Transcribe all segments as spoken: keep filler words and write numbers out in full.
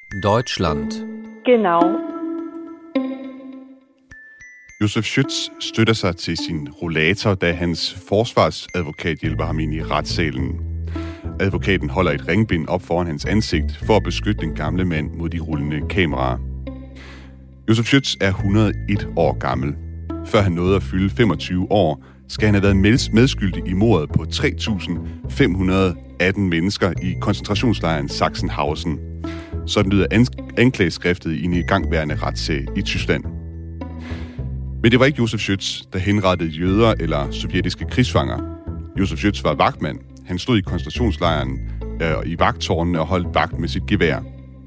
Deutschland. Genau. Josef Schütz støtter sig til sin rollator, da hans forsvarsadvokat hjælper ham ind i retssalen. Advokaten holder et ringbind op foran hans ansigt for at beskytte den gamle mand mod de rullende kameraer. Josef Schütz er et hundrede og et år gammel. Før han nåede at fylde femogtyve år, skal han have været medskyldig i mordet på tre tusind fem hundrede og atten mennesker i koncentrationslejren Sachsenhausen. Sådan lyder anklageskriftet i en igangværende retssag i Tyskland. Men det var ikke Josef Schütz, der henrettede jøder eller sovjetiske krigsfanger. Josef Schütz var vagtmand. Han stod i koncentrationslejren øh, i vagttårnene og holdt vagt med sit gevær.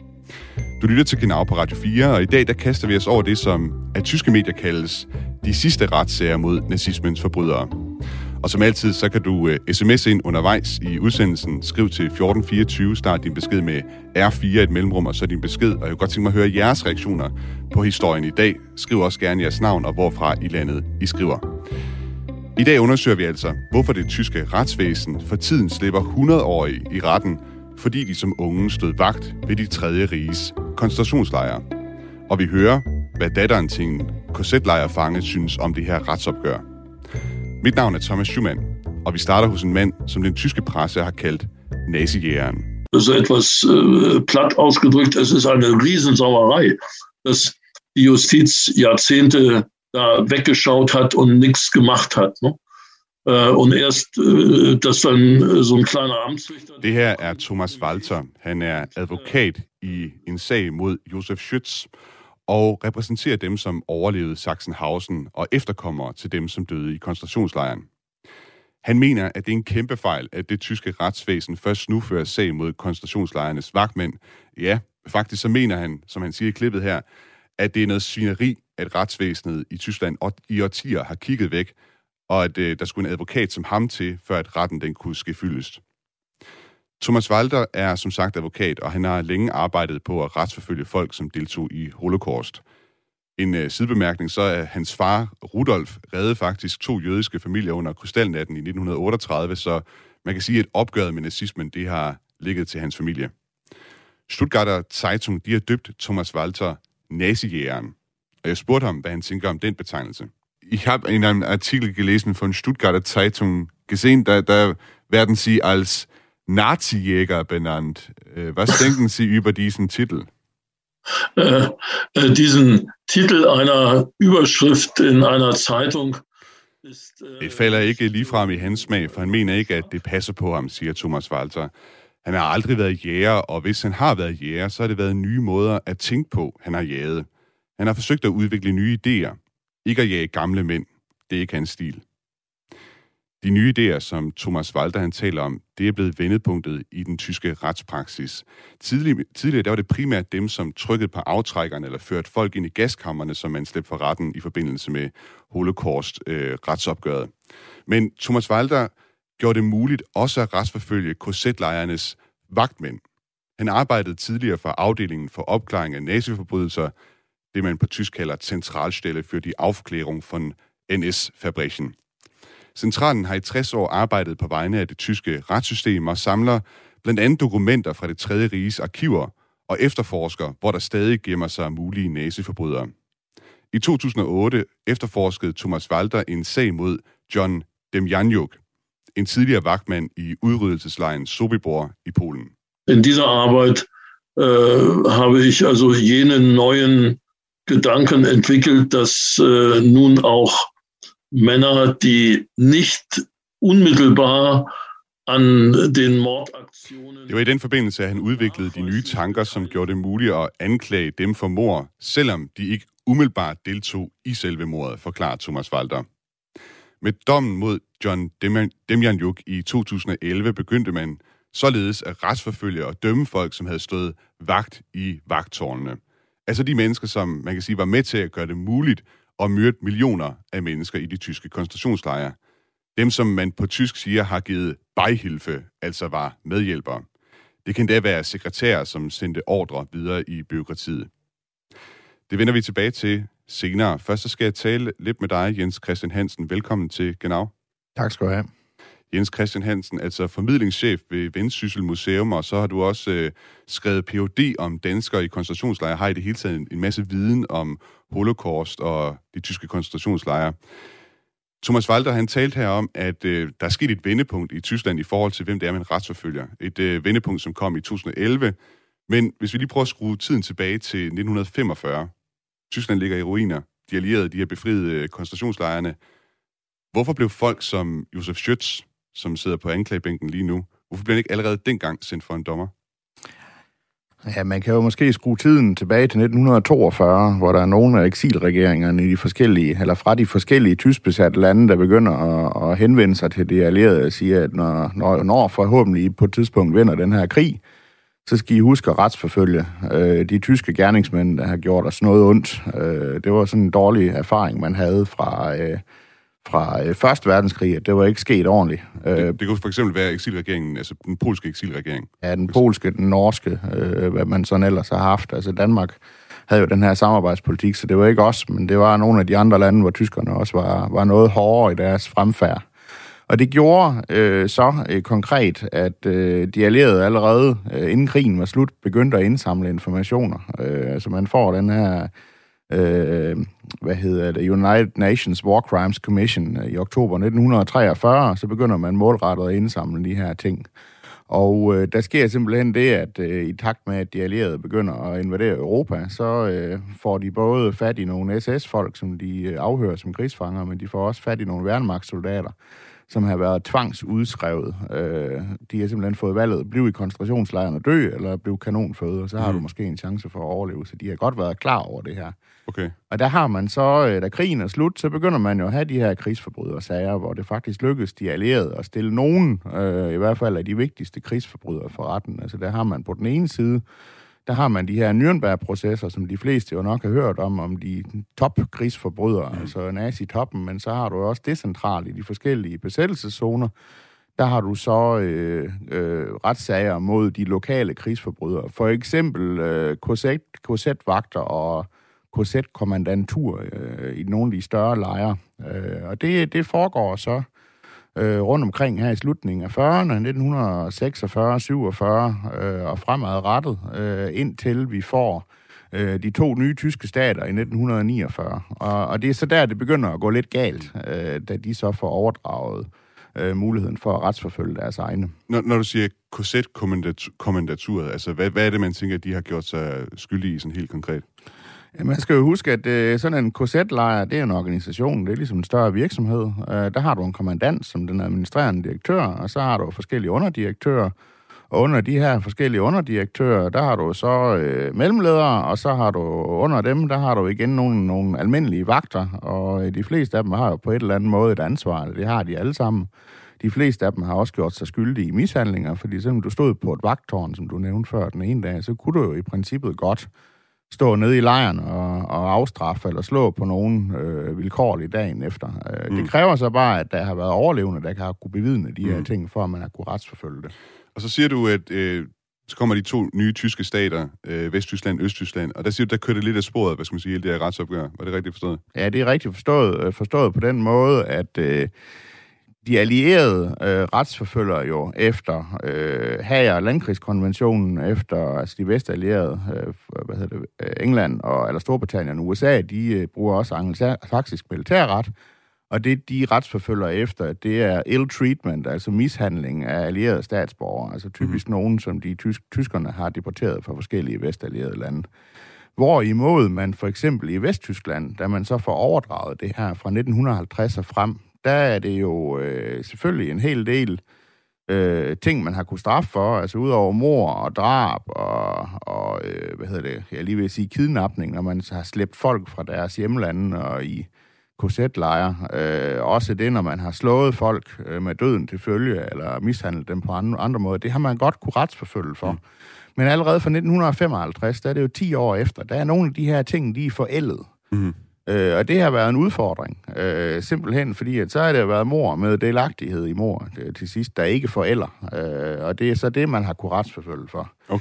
Du lytter til Genau på Radio fire, og i dag der kaster vi os over det, som af tyske medier kaldes de sidste retssager mod nazismens forbrydere. Og som altid, så kan du uh, sms'e ind undervejs i udsendelsen. Skriv til fjorten fireogtyve, start din besked med R fire, et mellemrum, og så din besked. Og jeg kunne godt tænke mig at høre jeres reaktioner på historien i dag. Skriv også gerne jeres navn og hvorfra i landet I skriver. I dag undersøger vi altså, hvorfor det tyske retsvæsen for tiden slipper hundrede-årige i retten, fordi de som unge stod vagt ved de tredje riges koncentrationslejre. Og vi hører, hvad datteren til en K Z-lejrfange synes om det her retsopgør. Mit navn er Thomas Schumann, og vi starter hos en mand, som den tyske presse har kaldt Nazijägeren. So etwas äh, platt ausgedrückt, es ist eine Riesensauerei, dass die Justiz Jahrzehnte da weggeschaut hat und nichts gemacht hat. Ne? Äh, und erst, äh, dass dann so ein kleiner Amtsrichter... Det her er Thomas Walter. Han er advokat i en sag mod Josef Schütz, og repræsenterer dem, som overlevede Sachsenhausen og efterkommere til dem, som døde i koncentrationslejren. Han mener, at det er en kæmpe fejl, at det tyske retsvæsen først nu fører sag mod koncentrationslejrenes vagtmænd. Ja, faktisk så mener han, som han siger i klippet her, at det er noget svineri, at retsvæsenet i Tyskland i årtier har kigget væk, og at øh, der skulle en advokat som ham til, før at retten den kunne ske fyldest. Thomas Walter er som sagt advokat, og han har længe arbejdet på at retsforfølge folk, som deltog i Holocaust. En uh, sidebemærkning, så er hans far, Rudolf, reddede faktisk to jødiske familier under krystalnatten i nitten otteogtredive, så man kan sige, at opgøret med nazismen, det har ligget til hans familie. Stuttgarter Zeitung, de har døbt Thomas Walter Nazijägeren. Og jeg spurgte ham, hvad han tænker om den betegnelse. Ich habe in einem Artikel gelesen von Stuttgarter Zeitung gesehen, da, da werden Sie als Nazijäger benannt. Was denken Sie über diesen Titel? Äh, äh, diesen Titel einer Überschrift in einer Zeitung ist... Äh, det falder ikke ligefrem i hans smag, for han mener ikke, at det passer på ham, siger Thomas Walter. Han har aldrig været jæger, og hvis han har været jæger, så har det været nye måder at tænke på, han har jaget. Han har forsøgt at udvikle nye idéer. Ikke at jage gamle mænd. Det er ikke hans stil. De nye idéer, som Thomas Walter han taler om, det er blevet vendepunktet i den tyske retspraksis. Tidligere, tidligere der var det primært dem, som trykkede på aftrækkerne eller førte folk ind i gaskammerne, som man slæbte for retten i forbindelse med Holocaust-retsopgøret. Øh, Men Thomas Walter gjorde det muligt også at retsforfølge K Z-lejrenes vagtmænd. Han arbejdede tidligere for afdelingen for opklaring af naziforbrydelser, det man på tysk kalder Zentralstelle für die Aufklärung von N S-Verbrechen. Centralen har i tres år arbejdet på vegne af det tyske retssystem og samler blandt andet dokumenter fra det tredje riges arkiver og efterforsker, hvor der stadig gemmer sig mulige naziforbrydere. I to tusind og otte efterforskede Thomas Walter en sag mod John Demjanjuk, en tidligere vagtmand i udryddelseslejren Sobibor i Polen. In dieser Arbeit äh, habe ich also jene neuen Gedanken entwickelt, dass äh, nun auch Männer, die nicht unmittelbar an den Mordaktionen... Det var i den forbindelse, at han udviklede de nye tanker, som gjorde det muligt at anklage dem for mord, selvom de ikke umiddelbart deltog i selve mordet, forklarer Thomas Walter. Med dommen mod John Demjanjuk i to tusind og elleve begyndte man således at retsforfølge og dømme folk, som havde stået vagt i vagttårnene. Altså de mennesker, som man kan sige var med til at gøre det muligt og myrdet millioner af mennesker i de tyske koncentrationslejre. Dem, som man på tysk siger, har givet Beihilfe, altså var medhjælpere. Det kan da være sekretærer, som sendte ordre videre i bureaukratiet. Det vender vi tilbage til senere. Først så skal jeg tale lidt med dig, Jens Christian Hansen. Velkommen til Genau. Tak skal du have. Jens Christian Hansen, altså formidlingschef ved Vendsyssel Museum, og så har du også øh, skrevet P H D om danskere i koncentrationslejre, har i det hele taget en, en masse viden om holocaust og de tyske koncentrationslejre. Thomas Walter, han talte her om, at øh, der er sket et vendepunkt i Tyskland i forhold til, hvem det er, man retsforfølger. Et øh, vendepunkt, som kom i to tusind og elleve. Men hvis vi lige prøver at skrue tiden tilbage til nitten femogfyrre. Tyskland ligger i ruiner. De allierede, de har befriet øh, koncentrationslejrene. Hvorfor blev folk som Josef Schütz, som sidder på anklagebænken lige nu, hvorfor blev han ikke allerede dengang sendt for en dommer? Ja, man kan jo måske skrue tiden tilbage til nitten toogfyrre, hvor der er nogle af eksilregeringerne i de forskellige, eller fra de forskellige tyskbesatte lande, der begynder at, at henvende sig til de allierede og sige, at når, når, når forhåbentlig på et tidspunkt vinder den her krig, så skal I huske at retsforfølge øh, de tyske gerningsmænd, der har gjort os noget ondt. Øh, det var sådan en dårlig erfaring, man havde fra... Øh, fra øh, Første Verdenskrig, at det var ikke sket ordentligt. Det, det kunne for eksempel være eksilregeringen, altså den polske eksilregering. Ja, den polske, den norske, øh, hvad man sådan ellers har haft. Altså Danmark havde jo den her samarbejdspolitik, så det var ikke os, men det var nogle af de andre lande, hvor tyskerne også var, var noget hårdere i deres fremfærd. Og det gjorde øh, så øh, konkret, at øh, de allierede allerede, øh, inden krigen var slut, begyndte at indsamle informationer. Øh, altså man får den her... Øh, hvad hedder det, United Nations War Crimes Commission i oktober nitten treogfyrre, så begynder man målrettet at indsamle de her ting. Og øh, der sker simpelthen det, at øh, i takt med, at de allierede begynder at invadere Europa, så øh, får de både fat i nogle S S-folk, som de øh, afhører som krigsfanger, men de får også fat i nogle værnemagtssoldater, som har været tvangsudskrevet. Øh, de har simpelthen fået valget at blive i koncentrationslejren og dø, eller blive kanonføde, og så har mm. du måske en chance for at overleve. Så de har godt været klar over det her. Okay. Og der har man så, da krigen er slut, så begynder man jo at have de her krigsforbrydersager, hvor det faktisk lykkes de allierede at stille nogen, øh, i hvert fald af de vigtigste krigsforbrydere for retten. Altså der har man på den ene side, der har man de her Nürnberg-processer, som de fleste jo nok har hørt om, om de top-krigsforbrydere, mm. altså nazi-toppen, men så har du også decentralt i de forskellige besættelseszoner. Der har du så øh, øh, retssager mod de lokale krigsforbrydere. For eksempel øh, K Z-vagter og K Z-kommandantur øh, i nogle af de større lejre. Øh, og det, det foregår så øh, rundt omkring her i slutningen af fyrrerne, nitten seksogfyrre syvogfyrre øh, og fremadrettet, øh, indtil vi får øh, de to nye tyske stater i nitten niogfyrre. Og, og det er så der, det begynder at gå lidt galt, øh, da de så får overdraget øh, muligheden for at retsforfølge deres egne. Når, når du siger K Z-kommandaturet, altså hvad, hvad er det, man tænker, at de har gjort sig skyldige i sådan helt konkret? Ja, man skal jo huske, at øh, sådan en K Z-lejr, det er en organisation, det er ligesom en større virksomhed. Øh, der har du en kommandant som den administrerende direktør, og så har du forskellige underdirektører. Og under de her forskellige underdirektører, der har du så øh, mellemledere, og så har du under dem, der har du igen nogle, nogle almindelige vagter, og de fleste af dem har jo på et eller andet måde et ansvar, det har de alle sammen. De fleste af dem har også gjort sig skyldige i mishandlinger, fordi selvom du stod på et vagttårn, som du nævnte før den ene dag, så kunne du jo i princippet godt stå nede i lejren og, og afstraffe eller slå på nogen øh, vilkårligt dagen efter. Øh, mm. Det kræver så bare, at der har været overlevende, der kan have kunne bevidne de her mm. ting, for at man har kunne retsforfølge det. Og så siger du, at øh, så kommer de to nye tyske stater, øh, Vesttyskland og Østtyskland, og der siger du, der kørte lidt af sporet, hvad skal man sige, hele det her retsopgør. Var det rigtigt forstået? Ja, det er rigtigt forstået, forstået på den måde, at øh, de allierede øh, retsforfølger jo efter øh, Hager- og Landkrigskonventionen, efter altså de vestallierede, øh, hvad hedder det, England og eller Storbritannien og U S A, de øh, bruger også angelsaksisk militærret, og det de retsforfølger efter, det er ill treatment, altså mishandling af allierede statsborgere, altså typisk mm. nogen, som de tysk, tyskerne har deporteret fra forskellige vestallierede lande. Hvorimod man for eksempel i Vesttyskland, da man så får overdraget det her fra nitten halvtreds og frem, der er det jo øh, selvfølgelig en hel del øh, ting, man har kunne straffe for, altså udover mord og drab og, og øh, hvad hedder det, jeg lige vil sige kidnapning, når man har slæbt folk fra deres hjemlande og i K Z-lejre. Øh, også det, når man har slået folk øh, med døden til følge, eller mishandlet dem på andre, andre måder, det har man godt kunne retsforfølge for. Mm. Men allerede fra nitten femoghalvtreds, der er det jo ti år efter, der er nogle af de her ting, de er forældet. Mm. Øh, og det har været en udfordring, øh, simpelthen fordi, at så har det været mord med delagtighed i mord til sidst, der ikke forælder. Øh, og det er så det, man har kunne retsforfølge for. Okay.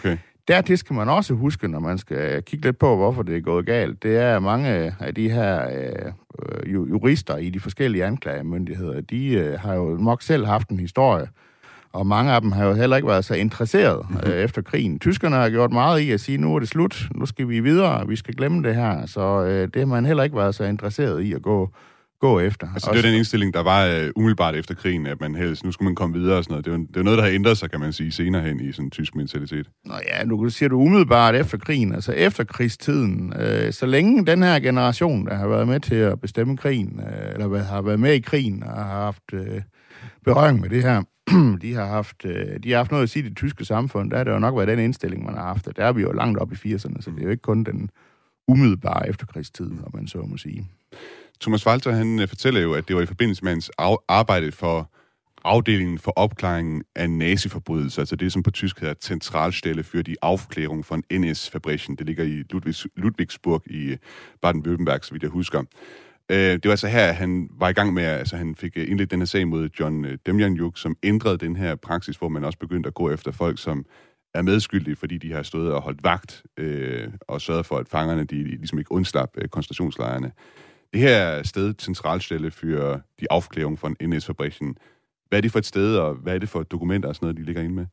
dertil skal man også huske, når man skal kigge lidt på, hvorfor det er gået galt, det er, at mange af de her øh, jurister i de forskellige anklagemyndigheder, de øh, har jo nok selv haft en historie, og mange af dem har jo heller ikke været så interesseret mm-hmm. øh, efter krigen. Tyskerne har gjort meget i at sige, nu er det slut, nu skal vi videre, vi skal glemme det her, så øh, det har man heller ikke været så interesseret i at gå gå efter. Altså, det var den indstilling, der var uh, umiddelbart efter krigen, at man helst, nu skulle man komme videre og sådan noget. Det var, det var noget, der har ændret sig, kan man sige, senere hen i sådan en tysk mentalitet. Nå ja, nu siger du umiddelbart efter krigen, altså efter krigstiden. Øh, så længe den her generation, der har været med til at bestemme krigen, øh, eller har været med i krigen og har haft øh, berøring med det her, de har haft øh, de har haft noget at sige i det tyske samfund, der har det jo nok været den indstilling, man har haft. Der er vi jo langt op i firserne, så det er jo ikke kun den umiddelbare efterkrigstid, om man så må sige. Thomas Walter, han fortæller jo, at det var i forbindelse med hans arbejde for afdelingen for opklaringen af naziforbrydelser, altså det, som på tysk hedder Zentralstelle für die Aufklärung von N S-Verbrechen. Det ligger i Ludwigs, Ludwigsburg i Baden-Württemberg, så vidt jeg husker. Det var altså her, at han var i gang med, altså han fik indledt den her sag mod John Demjanjuk, som ændrede den her praksis, hvor man også begyndte at gå efter folk, som er medskyldige, fordi de har stået og holdt vagt øh, og sørget for, at fangerne de, de ligesom ikke undslap øh, koncentrationslejrene. Det her sted, Zentralstelle für die Aufklärung von N S-Verbrechen, hvad er det for et sted, og hvad er det for dokumenter og sådan noget, de ligger inde med?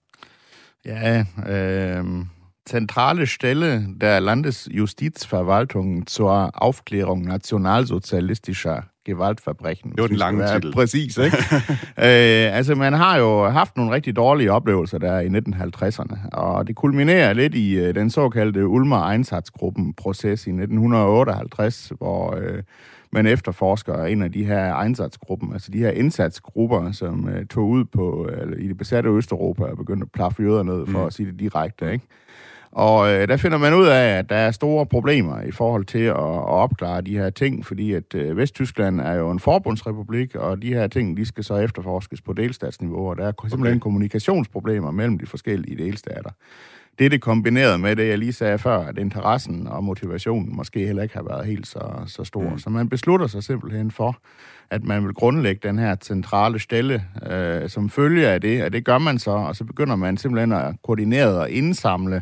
Ja, øh, Zentrale Stelle der Landesjustizverwaltung zur Aufklärung nationalsozialistischer Gewaltverbrechen. Det var den lange titel. Præcis, ikke? øh, altså, man har jo haft nogle rigtig dårlige oplevelser der i nitten halvtredserne, og det kulminerer lidt i uh, den såkaldte Ulmer Einsatzgruppen-proces i nitten otteoghalvtreds, hvor øh, man efterforsker en af de her Einsatzgruppen, altså de her indsatsgrupper, som uh, tog ud på uh, i det besatte Østeuropa og begyndte at plaffe jøder ned, for mm. at sige det direkte, ikke? Og øh, der finder man ud af, at der er store problemer i forhold til at, at opklare de her ting, fordi at øh, Vesttyskland er jo en forbundsrepublik, og de her ting, de skal så efterforskes på delstatsniveau, og der er simpelthen okay. kommunikationsproblemer mellem de forskellige delstater. Det er det kombineret med det, jeg lige sagde før, at interessen og motivationen måske heller ikke har været helt så, så stor. Mm. Så man beslutter sig simpelthen for, at man vil grundlægge den her centrale stelle, øh, som følger af det, og det gør man så, og så begynder man simpelthen at koordinere og indsamle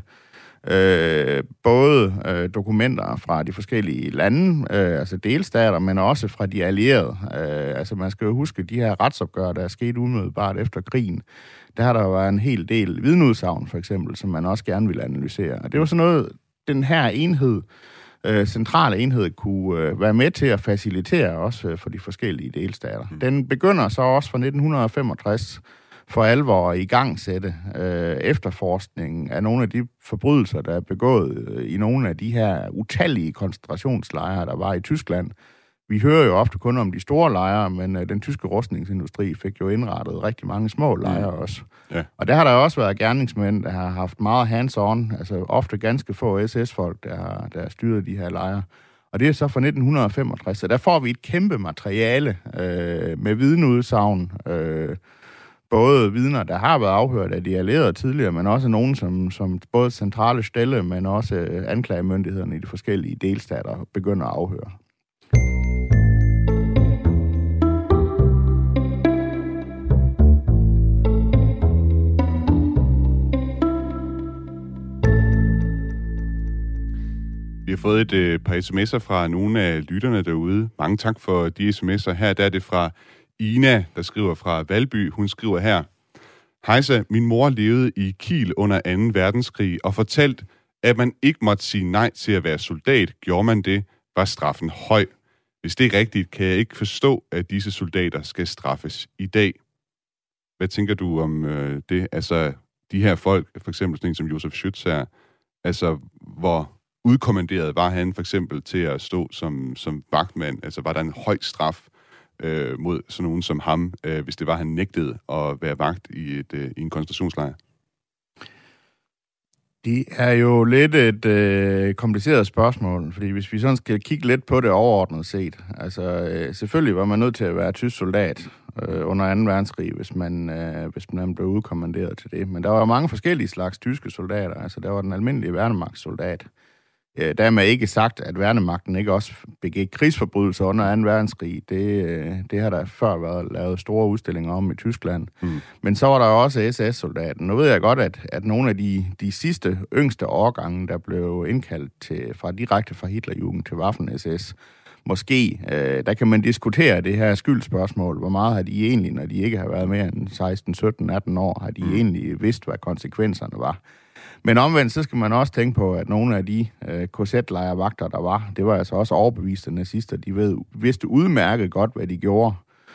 Øh, både øh, dokumenter fra de forskellige lande, øh, altså delstater, men også fra de allierede. Øh, altså man skal jo huske, de her retsopgør, der er sket umiddelbart efter krigen, der har der jo været en hel del vidneudsagn, for eksempel, som man også gerne vil analysere. Og det var sådan noget, den her enhed, øh, centrale enhed, kunne øh, være med til at facilitere også øh, for de forskellige delstater. Mm. Den begynder så også fra nitten femogtres for alvor at igangsætte øh, efterforskningen af nogle af de forbrydelser, der er begået øh, i nogle af de her utallige koncentrationslejre, der var i Tyskland. Vi hører jo ofte kun om de store lejre, men øh, den tyske rustningsindustri fik jo indrettet rigtig mange små lejre mm. også. Ja. Og der har der også været gerningsmænd, der har haft meget hands-on, altså ofte ganske få S S-folk, der har, der har styret de her lejre. Og det er så fra nitten femogtres, så der får vi et kæmpe materiale øh, med vidneudsagn, øh, både vidner, der har været afhørt af de allierede tidligere, men også nogen, som, som både centrale stelle, men også anklagemyndighederne i de forskellige delstater begynder at afhøre. Vi har fået et øh, par sms'er fra nogle af lytterne derude. Mange tak for de sms'er. Her der er det fra Ina, der skriver fra Valby. Hun skriver her: Hejsa, min mor levede i Kiel under anden verdenskrig og fortalte, at man ikke måtte sige nej til at være soldat. Gjorde man det, var straffen høj. Hvis det er rigtigt, kan jeg ikke forstå, at disse soldater skal straffes i dag. Hvad tænker du om øh, det? Altså, de her folk, for eksempel sådan en som Josef Schütz her, altså, hvor udkommanderet var han for eksempel til at stå som, som vagtmand? Altså, var der en høj straf øh, mod sådan nogen som ham, øh, hvis det var, han nægtede at være vagt i, et, øh, i en koncentrationslejr? Det er jo lidt et øh, kompliceret spørgsmål, fordi hvis vi sådan skal kigge lidt på det overordnet set, altså øh, selvfølgelig var man nødt til at være tysk soldat øh, under anden verdenskrig, hvis man, øh, hvis man blev udkommanderet til det. Men der var mange forskellige slags tyske soldater, altså der var den almindelige værnemagtssoldat. øh, dermed ikke sagt, at værnemagten ikke også begik krigsforbrydelser under anden verdenskrig. Det, øh, det har der før været lavet store udstillinger om i Tyskland. Mm. Men så var der også S S-soldaten. Nu ved jeg godt, at, at nogle af de, de sidste, yngste årgange, der blev indkaldt til, fra direkte fra Hitlerjugend til Waffen-S S, måske, øh, der kan man diskutere det her skyldspørgsmål. Hvor meget har de egentlig, når de ikke har været mere end seksten, sytten, atten år, har de mm. egentlig vidst, hvad konsekvenserne var? Men omvendt, så skal man også tænke på, at nogle af de øh, K Z-lejrvagter, der var, det var altså også overbeviste nazister. De ved, vidste udmærket godt, hvad de gjorde.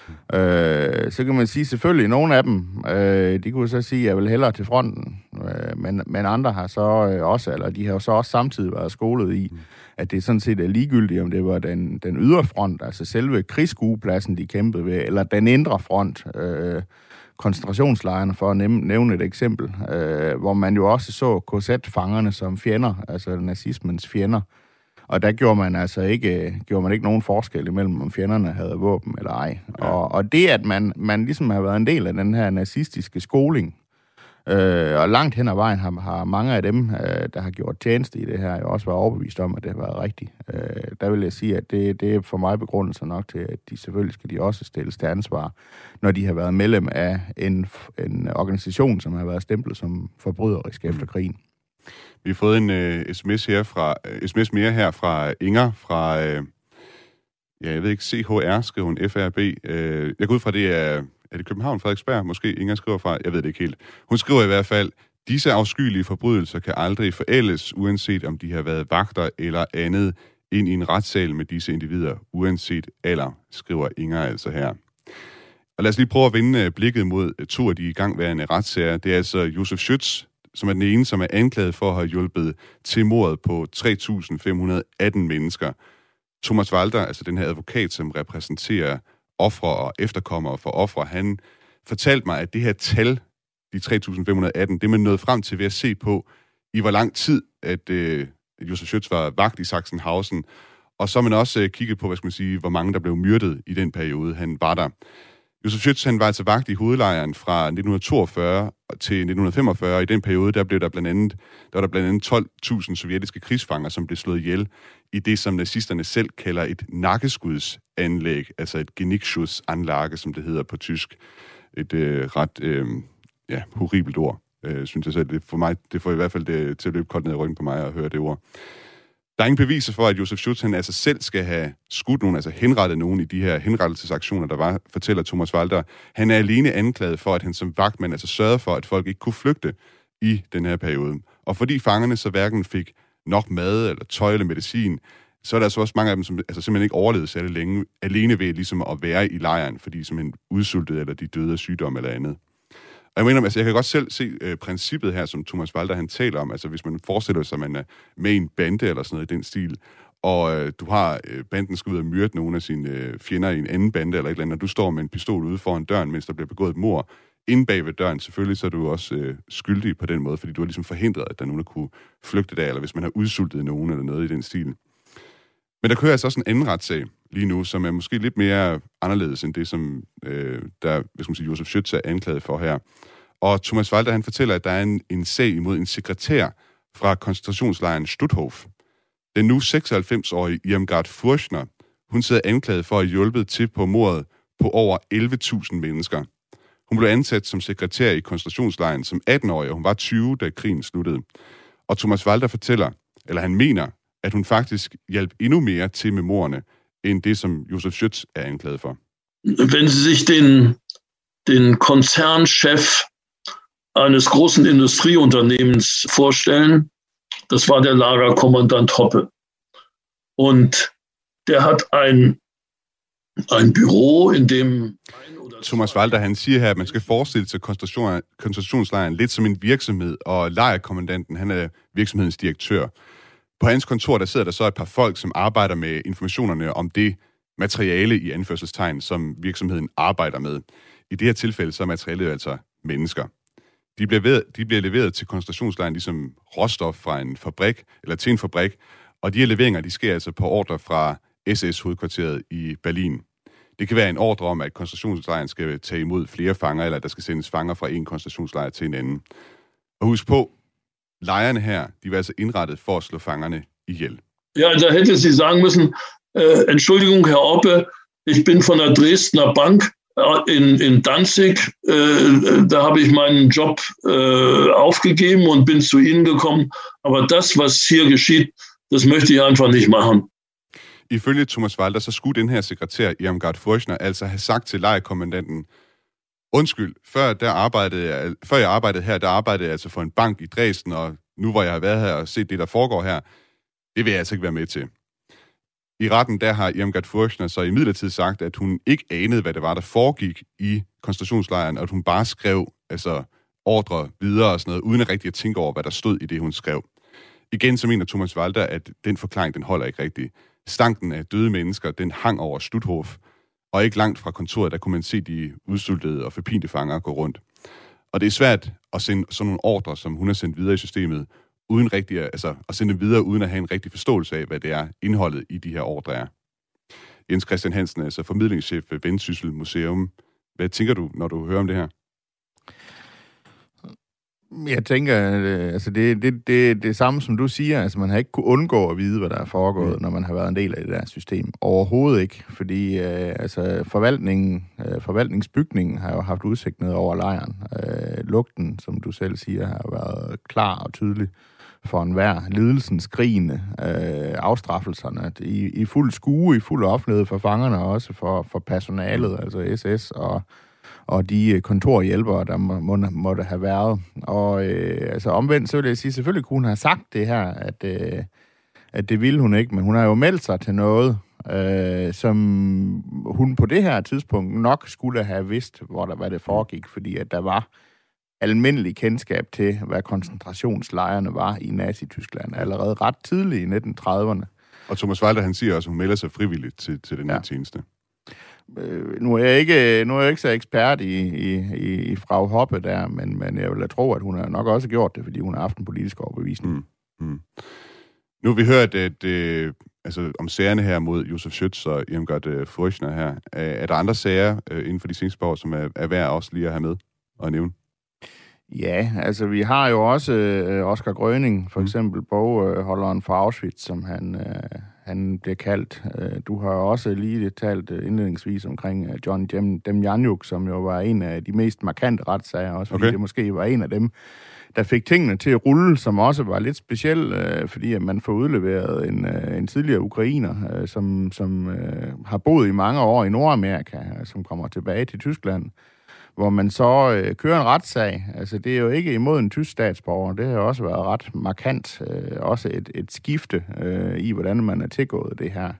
Øh, så kan man sige, selvfølgelig, nogle af dem, øh, de kunne så sige, at jeg vil hellere til fronten. Øh, men, men andre har så øh, også, eller de har jo så også samtidig været skolet i, at det sådan set er ligegyldigt, om det var den, den ydre front, altså selve krigsskuepladsen, de kæmpede ved, eller den indre front, øh, koncentrationslejrene, for at nævne et eksempel, øh, hvor man jo også så K Z-fangerne som fjender, altså nazismens fjender. Og der gjorde man altså ikke, gjorde man ikke nogen forskel imellem, om fjenderne havde våben eller ej. Ja. Og, og det, at man, man ligesom har været en del af den her nazistiske skoling, øh, og langt hen ad vejen har, har mange af dem, øh, der har gjort tjeneste i det her, jo også været overbevist om, at det har været rigtigt. Øh, der vil jeg sige, at det, det er for mig begrundelse nok til, at de selvfølgelig skal de også stilles til ansvar, når de har været medlem af en, en organisation, som har været stemplet som forbryderisk mm. efter krigen. Vi har fået en uh, sms her fra uh, sms mere her fra Inger fra uh, ja, jeg ved ikke, C H R skriver hun F R B. Uh, jeg går ud fra det er er det København, Frederiksberg måske Inger skriver fra. Jeg ved det ikke helt. Hun skriver i hvert fald: disse afskyelige forbrydelser kan aldrig forældes, uanset om de har været vagter eller andet, ind i en retssal med disse individer, uanset alder, skriver Inger altså her. Og lad os lige prøve at vende blikket mod to af de igangværende retssager. Det er altså Josef Schütz, som er den ene, som er anklaget for at have hjulpet til mordet på tre tusind fem hundrede og atten mennesker. Thomas Walter, altså den her advokat, som repræsenterer ofre og efterkommere for ofre, han fortalte mig, at det her tal, de tre tusind fem hundrede og atten, det man nåede frem til ved at se på, i hvor lang tid, at øh, Josef Schütz var vagt i Sachsenhausen, og så har man også øh, kigget på, hvad skal man sige, hvor mange der blev myrdet i den periode, han var der. Josef Schütz, han var altså vagt i hovedlejren fra nitten toogfyrre til nitten femogfyrre, og i den periode, der blev der blandt andet, der var der blandt andet tolv tusind sovjetiske krigsfanger, som blev slået ihjel i det, som nazisterne selv kalder et nakkeskudsanlæg, altså et Genickschussanlage, som det hedder på tysk. Et øh, ret øh, ja, horribelt ord, øh, synes jeg selv. Det, for mig, det får i hvert fald det, til at løbe koldt ned i ryggen på mig at høre det ord. Der er ingen beviser for, at Josef Schütz, han altså selv skal have skudt nogen, altså henrettet nogen i de her henrettelsesaktioner, der var, fortæller Thomas Walter. Han er alene anklaget for, at han som vagtmand altså sørgede for, at folk ikke kunne flygte i den her periode. Og fordi fangerne så hverken fik nok mad eller tøj eller medicin, så er der altså også mange af dem, som altså simpelthen ikke overlevede særlig længe, alene ved ligesom at være i lejren, fordi de simpelthen udsultede, eller de døde af sygdom eller andet. Og jeg mener, altså jeg kan godt selv se øh, princippet her, som Thomas Walter han taler om, altså hvis man forestiller sig, at man er med i en bande eller sådan noget i den stil, og øh, du har, øh, banden skal ud og myrde nogle af sine øh, fjender i en anden bande eller et eller andet, og du står med en pistol ude foran døren, mens der bliver begået et mord, inde bag ved døren, selvfølgelig så er du også øh, skyldig på den måde, fordi du har ligesom forhindret, at der er nogen, der kunne flygte der, eller hvis man har udsultet nogen eller noget i den stil. Men der kører altså også en anden retssag lige nu, som er måske lidt mere anderledes end det, som øh, der, hvis man siger, Josef Schütz er anklaget for her. Og Thomas Walter, han fortæller, at der er en, en sag imod en sekretær fra koncentrationslejren Stutthof. Den nu seksoghalvfems-årige Irmgard Furchner, hun sidder anklaget for at have hjulpet til på mordet på over elleve tusind mennesker. Hun blev ansat som sekretær i koncentrationslejren som atten-årig, og hun var tyve, da krigen sluttede. Og Thomas Walter fortæller, eller han mener, at hun faktisk hjalp endnu mere til med mordene, end det, som Josef Schütz er anklaget for. Wenn Sie sich den, den Konzernchef eines großen Industrieunternehmens vorstellen, das war der Lagerkommandant Hoppe. Und der hat ein, ein Büro, in dem... Thomas Walter, han siger her, at man skal forestille sig koncentrationslejren lidt som en virksomhed, og lejrkommandanten, han er virksomhedens direktør. På hans kontor, der sidder der så et par folk, som arbejder med informationerne om det materiale i anførselstegn, som virksomheden arbejder med. I det her tilfælde, så er materialet altså mennesker. De bliver, ved, de bliver leveret til koncentrationslejren ligesom råstof fra en fabrik, eller til en fabrik, og de her leveringer, de sker altså på ordre fra S S-hovedkvarteret i Berlin. Det kan være en ordre om, at koncentrationslejren skal tage imod flere fanger, eller at der skal sendes fanger fra en koncentrationslejr til en anden. Og husk på, lejrene her, de var altså indrettet for at slå fangerne ihjel. Ja, da hätte sie sagen müssen, äh, Entschuldigung, Herr Oppe, ich bin von der Dresdner Bank in, in Danzig, äh, da habe ich meinen Job äh, aufgegeben und bin zu Ihnen gekommen, aber das, was hier geschieht, das möchte ich einfach nicht machen. Ifølge Thomas Walther, så skulle den her sekretær, Irmgard Furchner, altså have sagt til lejrkommandanten, undskyld, før, der arbejdede jeg, før jeg arbejdede her, der arbejdede jeg altså for en bank i Dresden, og nu hvor jeg har været her og set det, der foregår her, det vil jeg altså ikke være med til. I retten, der har Irmgard Furchner så imidlertid sagt, at hun ikke anede, hvad det var, der foregik i koncentrationslejren, og at hun bare skrev altså, ordre videre og sådan noget, uden at rigtig at tænke over, hvad der stod i det, hun skrev. Igen så mener Thomas Walther, at den forklaring, den holder ikke rigtigt. Stanken af døde mennesker, den hang over Stutthof, og ikke langt fra kontoret, der kunne man se de udsultede og forpinte fanger gå rundt. Og det er svært at sende sådan nogle ordre, som hun har sendt videre i systemet, uden rigtig, altså at sende dem videre, uden at have en rigtig forståelse af, hvad det er, indholdet i de her ordre er. Jens Christian Hansen er altså formidlingschef ved Vendsyssel Museum. Hvad tænker du, når du hører om det her? Jeg tænker, altså det, det, det, det samme, som du siger. Altså man har ikke kunnet undgå at vide, hvad der er foregået, mm. når man har været en del af det der system. Overhovedet ikke, fordi øh, altså forvaltningen, øh, forvaltningsbygningen har jo haft udsigt ned over lejren. Øh, lugten, som du selv siger, har været klar og tydelig for enhver. Lidelsen, skrigende, øh, afstraffelserne i, i fuld skue, i fuld offentlighed for fangerne, og også for, for personalet, altså S S og og de kontorhjælpere, der må, må, måtte have været. Og øh, altså omvendt, så vil jeg sige, selvfølgelig kunne hun have sagt det her, at, øh, at det ville hun ikke, men hun har jo meldt sig til noget, øh, som hun på det her tidspunkt nok skulle have vidst, hvor der, hvad det foregik, fordi at der var almindelig kendskab til, hvad koncentrationslejrene var i Nazi-Tyskland allerede ret tidligt i nitten trediverne. Og Thomas Walther, han siger også, at hun melder sig frivilligt til, til den her ja. tjeneste. Nu er jeg ikke, nu er jeg ikke så ekspert i, i, i Frau Hoppe der, men, men jeg vil da tro, at hun har nok også gjort det, fordi hun har haft en politisk overbevisning. Mm, mm. Nu har vi hørt at, øh, altså, om sagerne her mod Josef Schütz og Irmgard øh, Furchner her. Er der andre sager øh, inden for de seneste år, som er, er værd også lige at have med og nævne? Ja, altså vi har jo også øh, Oscar Gröning, for eksempel mm. bogholderen for Auschwitz, som han, øh, han bliver kaldt. Øh, du har også lige talt øh, indledningsvis omkring øh, John Demjanjuk, som jo var en af de mest markante retssager, også fordi okay. det måske var en af dem, der fik tingene til at rulle, som også var lidt speciel, øh, fordi at man får udleveret en, øh, en tidligere ukrainer, øh, som, som øh, har boet i mange år i Nordamerika, øh, som kommer tilbage til Tyskland, hvor man så øh, kører en retssag. Altså, det er jo ikke imod en tysk statsborger. Det har også været ret markant. Øh, også et, et skifte øh, i, hvordan man er tilgået det her.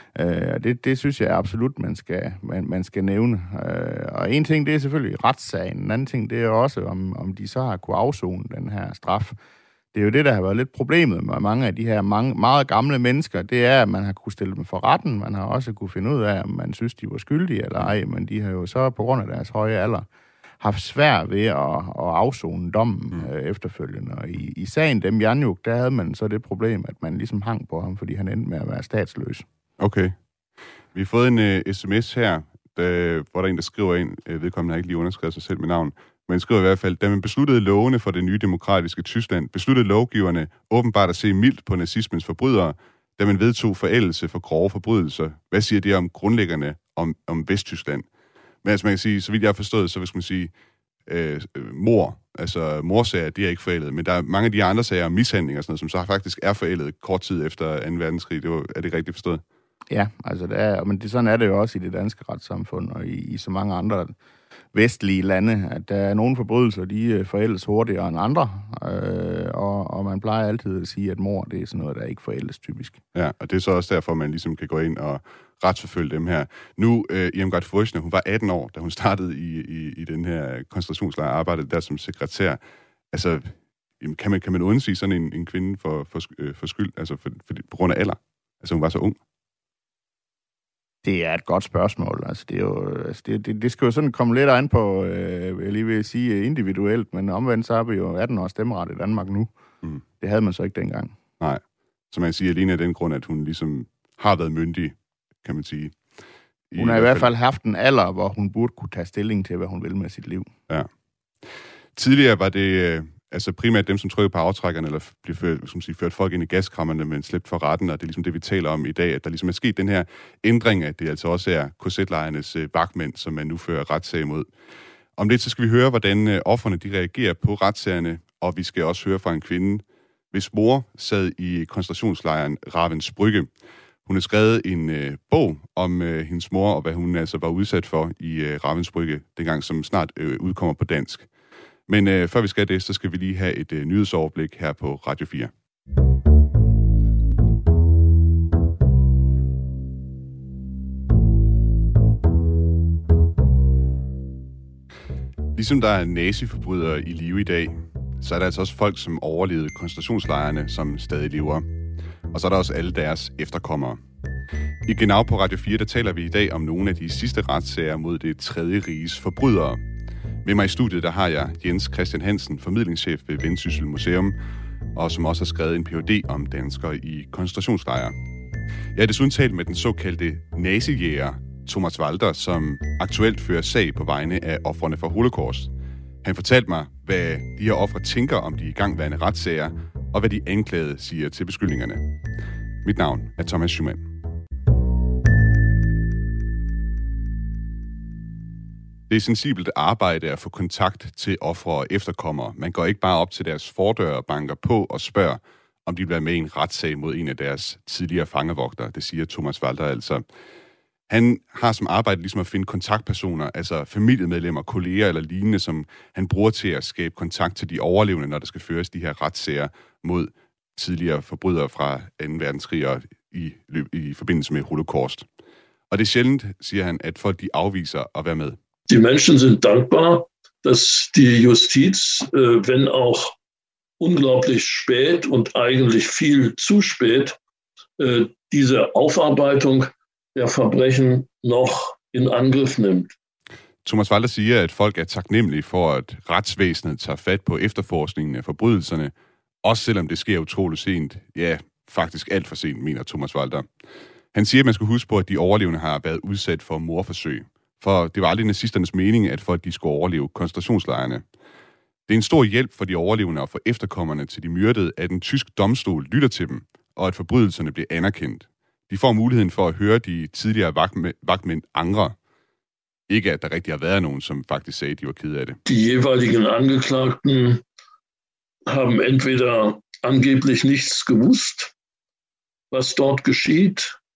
Øh, det, det synes jeg absolut, man skal, man, man skal nævne. Øh, og en ting, det er selvfølgelig retssagen. En anden ting, det er også, om, om de så har kunne afzone den her straf. Det er jo det, der har været lidt problemet med mange af de her mange, meget gamle mennesker. Det er, at man har kunne stille dem for retten. Man har også kunne finde ud af, om man synes, de var skyldige eller ej. Men de har jo så på grund af deres høje alder haft svært ved at, at afzone dommen mm. øh, efterfølgende. Og i, i sagen Demjanjuk, der havde man så det problem, at man ligesom hang på ham, fordi han endte med at være statsløs. Okay. Vi har fået en uh, sms her, der, hvor der er en, der skriver ind, uh, vedkommende har ikke lige underskrevet sig selv med navn, men skriver i hvert fald, da man besluttede lovene for det nye demokratiske Tyskland, besluttede lovgiverne åbenbart at se mildt på nazismens forbrydere, da man vedtog forældelse for grove forbrydelser. Hvad siger det om grundlæggerne om, om Vesttyskland? Men altså man kan sige, så vidt jeg har forstået, så vil man sige, øh, mor, altså morsager, det er ikke forældet, men der er mange af de andre sager om mishandling og sådan noget, som så faktisk er forældet kort tid efter anden verdenskrig. Det var, er det rigtigt forstået? Ja, altså det er, men det, sådan er det jo også i det danske retssamfund og i, i så mange andre vestlige lande, at der er nogle forbrydelser, de forældes hurtigere end andre, øh, og, og man plejer altid at sige, at mor, det er sådan noget, der ikke forældes typisk. Ja, og det er så også derfor, man ligesom kan gå ind og retsforfølge dem her. Nu, øh, Irmgard Furchner, hun var atten år, da hun startede i, i, i den her koncentrationslejr, arbejdede der som sekretær. Altså, kan man, kan man undsige sådan en, en kvinde for, for, for skyld, altså for, for, på grund af alder? Altså, hun var så ung. Det er et godt spørgsmål. Altså, det, er jo, altså, det, det, det skal jo sådan komme lidt an på, øh, jeg lige vil sige, individuelt, men omvendt så har vi jo atten års stemmeret i Danmark nu. Mm. Det havde man så ikke dengang. Nej, så man siger alene af den grund, at hun ligesom har været myndig, kan man sige. I hun har i hvert fald haft en alder, hvor hun burde kunne tage stilling til, hvad hun vil med sit liv. Ja. Tidligere var det Altså primært dem, som trykker på aftrækkerne, eller bliver ført, som siger, ført folk ind i gaskrammerne, men slæbt for retten, og det er ligesom det, vi taler om i dag, at der ligesom er sket den her ændring, at det altså også er K Z-lejernes øh, vagtmænd, som man nu fører retssag imod. Om lidt, så skal vi høre, hvordan øh, offerne de reagerer på retssagerne, og vi skal også høre fra en kvinde, hvis mor sad i koncentrationslejren Ravensbrück. Hun har skrevet en øh, bog om øh, hendes mor, og hvad hun altså var udsat for i øh, Ravensbrück, dengang som snart øh, udkommer på dansk. Men øh, før vi skal det, så skal vi lige have et øh, nyhedsoverblik her på Radio fire. Ligesom der er naziforbrydere i live i dag, så er der altså også folk, som overlevede koncentrationslejrene, som stadig lever. Og så er der også alle deres efterkommere. I Genau på Radio fire, der taler vi i dag om nogle af de sidste retssager mod det tredje riges forbrydere. Med mig i studiet, der har jeg Jens Christian Hansen, formidlingschef ved Vendsyssel Museum, og som også har skrevet en P H D om danskere i koncentrationslejre. Jeg har desuden talt med den såkaldte nazijæger, Thomas Walter, som aktuelt fører sag på vegne af ofrene for Holocaust. Han fortalte mig, hvad de her ofre tænker om de igangværende retssager, og hvad de anklagede siger til beskyldningerne. Mit navn er Thomas Schumann. Det er sensibelt arbejde at få kontakt til ofre og efterkommere. Man går ikke bare op til deres fordør og banker på og spørger, om de bliver med i en retssag mod en af deres tidligere fangevogtere. Det siger Thomas Walter altså. Han har som arbejde ligesom at finde kontaktpersoner, altså familiemedlemmer, kolleger eller lignende, som han bruger til at skabe kontakt til de overlevende, når der skal føres de her retssager mod tidligere forbrydere fra anden verdenskrig og i, i forbindelse med Holocaust. Og det er sjældent, siger han, at folk de afviser at være med. Die Menschen sind dankbar, dass die Justiz, äh, wenn auch unglaublich spät und eigentlich viel zu spät, äh, diese Aufarbeitung der Verbrechen noch in Angriff nimmt. Thomas Walter siger, at folk er taknemmelige for, at retsvæsenet tager fat på efterforskningen af forbrydelserne, også selvom det sker utroligt sent. Ja, faktisk alt for sent, mener Thomas Walter. Han siger, at man skal huske på, at de overlevende har været udsat for mordforsøg. For det var aldrig nazisternes mening, at folk de skulle overleve koncentrationslejrene. Det er en stor hjælp for de overlevende og for efterkommerne til de myrdede, at en tysk domstol lytter til dem, og at forbrydelserne bliver anerkendt. De får muligheden for at høre de tidligere vagtmænd angre. Ikke at der rigtig har været nogen, som faktisk sagde, at de var kede af det. Die jeweiligen Angeklagten haben entweder angeblich nichts gewusst, was dort geschieht,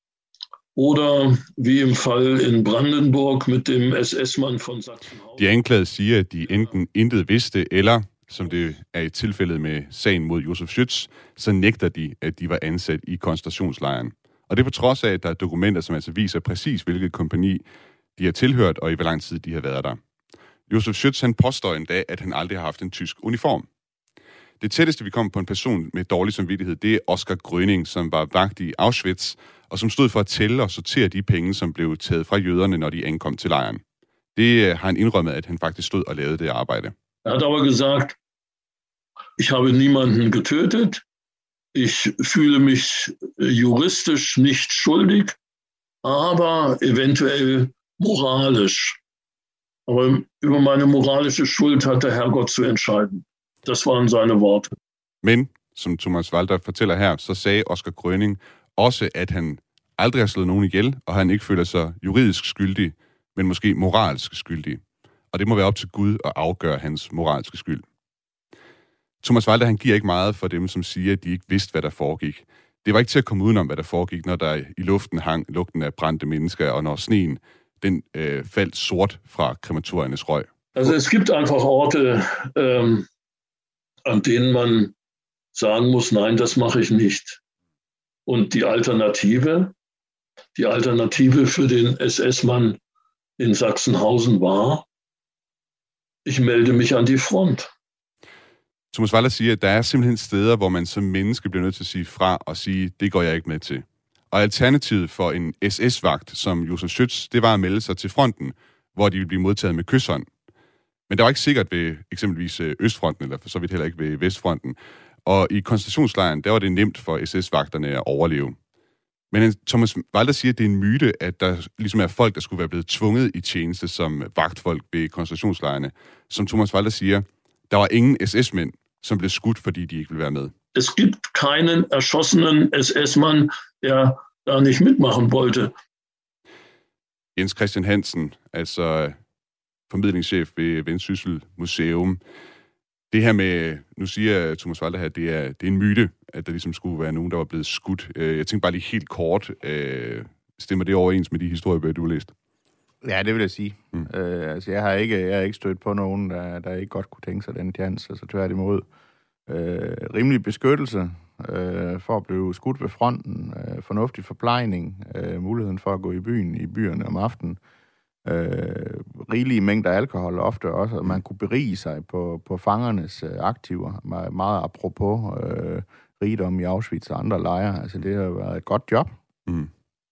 oder wie im Fall in Brandenburg mit dem S S-Mann von Sachsenhausen. De anklagede siger, at de enten intet vidste, eller, som det er i tilfældet med sagen mod Josef Schütz, så nægter de, at de var ansat i koncentrationslejren. Og det er på trods af, at der er dokumenter, som altså viser præcis, hvilket kompagni de har tilhørt, og i hvor lang tid de har været der. Josef Schütz, han påstår endda, at han aldrig har haft en tysk uniform. Det tætteste, vi kom på en person med dårlig samvittighed, det er Oskar Gröning, som var vagt i Auschwitz, og som stod for at tælle og sortere de penge, som blev taget fra jøderne, når de ankom til lejren. Det har han indrømmet, at han faktisk stod og lavede det arbejde. Er hat aber gesagt, ich habe niemanden getötet, ich fühle mich juristisch nicht schuldig, aber eventuell moralisch. Aber über meine moralische Schuld hat der Herrgott zu entscheiden. Das waren seine Worte. Men, som Thomas Walter fortæller her, så sagde Oskar Gröning også, at han aldrig har slået nogen ihjel, og han ikke føler sig juridisk skyldig, men måske moralsk skyldig. Og det må være op til Gud at afgøre hans moralske skyld. Thomas Walter, han giver ikke meget for dem, som siger, at de ikke vidste, hvad der foregik. Det var ikke til at komme udenom, hvad der foregik, når der i luften hang lugten af brændte mennesker, og når sneen den øh, faldt sort fra krematoriernes røg. Altså, es gibt einfach Orte, ähm, an denen man sagen muss, nein, das mache ich nicht. Und die Alternative, die Alternative für den S S-Mann in Sachsenhausen war, ich melde mich an die Front. Thomas Walter siger, at der er simpelthen steder, hvor man som menneske bliver nødt til at sige fra og sige, det går jeg ikke med til. Og alternativet for en S S-vagt som Josef Schütz, det var at melde sig til fronten, hvor de ville blive modtaget med kyshånd. Men det var ikke sikkert ved eksempelvis Østfronten, eller for så vidt heller ikke ved Vestfronten. Og i koncentrationslejren, der var det nemt for S S-vagterne at overleve. Men Thomas Walter siger, at det er en myte, at der ligesom er folk, der skulle være blevet tvunget i tjeneste som vagtfolk ved koncentrationslejrene. Som Thomas Walter siger, der var ingen S S-mænd, som blev skudt, fordi de ikke ville være med. Es gibt keinen erschossenen S S-Mann, der da nicht mitmachen wollte. Jens Christian Hansen, altså formidlingschef ved Vendsyssel Museum. Det her med, nu siger Thomas Walther her, det er, det er en myte, at der ligesom skulle være nogen, der var blevet skudt. Jeg tænker bare lige helt kort, stemmer det overens med de historiebøger, du har læst? Ja, det vil jeg sige. Mm. Øh, altså, jeg har ikke, jeg har ikke stødt på nogen, der, der ikke godt kunne tænke sig den chance. Altså tværtimod. Øh, rimelig beskyttelse øh, for at blive skudt ved fronten, øh, fornuftig forplejning, øh, muligheden for at gå i byen i byerne om aftenen, øh, rigelige mængder alkohol ofte også, at man kunne berige sig på, på fangernes øh, aktiver, meget, meget apropos øh, rigdom i Auschwitz og andre lejre. Altså det har været et godt job. Mm.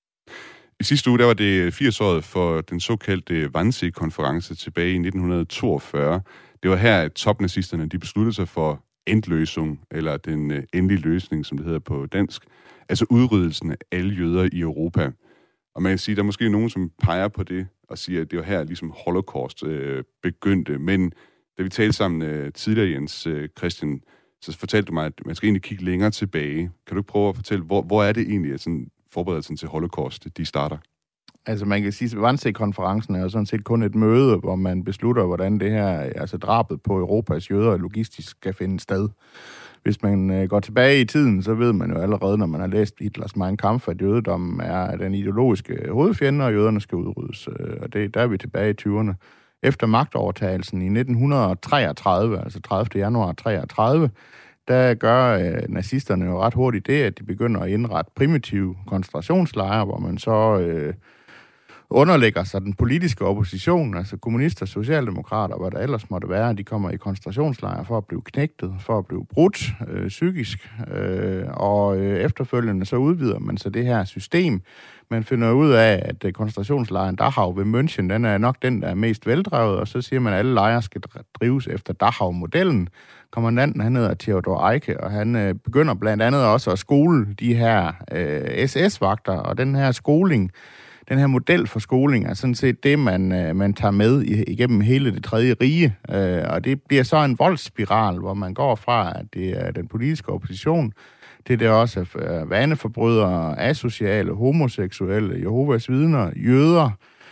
I sidste uge, der var det firs-året for den såkaldte Wannsee-konference tilbage i nitten toogfyrre. Det var her, at topnazisterne de besluttede sig for endløsning, eller den øh, endelige løsning, som det hedder på dansk, altså udryddelsen af alle jøder i Europa. Og man kan sige, der er måske nogen, som peger på det, og siger, at det var her, ligesom Holocaust øh, begyndte. Men da vi talte sammen øh, tidligere, Jens øh, Christian, så fortalte du mig, at man skal egentlig kigge længere tilbage. Kan du ikke prøve at fortælle, hvor, hvor er det egentlig, at sådan, forberedelsen til Holocaust, de starter? Altså man kan sige, at Wannsee-konferencen er jo sådan set kun et møde, hvor man beslutter, hvordan det her, altså drabet på Europas jøder logistisk skal finde sted. Hvis man øh, går tilbage i tiden, så ved man jo allerede, når man har læst Hitlers Mein Kampf, at jødedommen er den ideologiske hovedfjende, og jøderne skal udryddes. Og det, der er vi tilbage i tyverne. Efter magtovertagelsen i nitten treogtredive, altså tredivte januar treogtredive, der gør øh, nazisterne jo ret hurtigt det, at de begynder at indrette primitive koncentrationslejre, hvor man så øh, underlægger sig den politiske opposition, altså kommunister, socialdemokrater, hvad der ellers måtte være, de kommer i koncentrationslejre for at blive knægtet, for at blive brudt øh, psykisk, øh, og øh, efterfølgende så udvider man så det her system. Man finder ud af, at øh, koncentrationslejren Dachau ved München, den er nok den, der er mest veldrevet, og så siger man, at alle lejre skal drives efter Dachau-modellen. Kommandanten, han hedder Theodor Eicke, og han øh, begynder blandt andet også at skole de her øh, S S-vagter, og den her skoling, den her model for skoling er sådan set det, man, øh, man tager med igennem hele det tredje rige. Øh, og det bliver så en voldsspiral, hvor man går fra, at det er den politiske opposition, til det også er vaneforbrydere, asociale, homoseksuelle, Jehovas vidner, jøder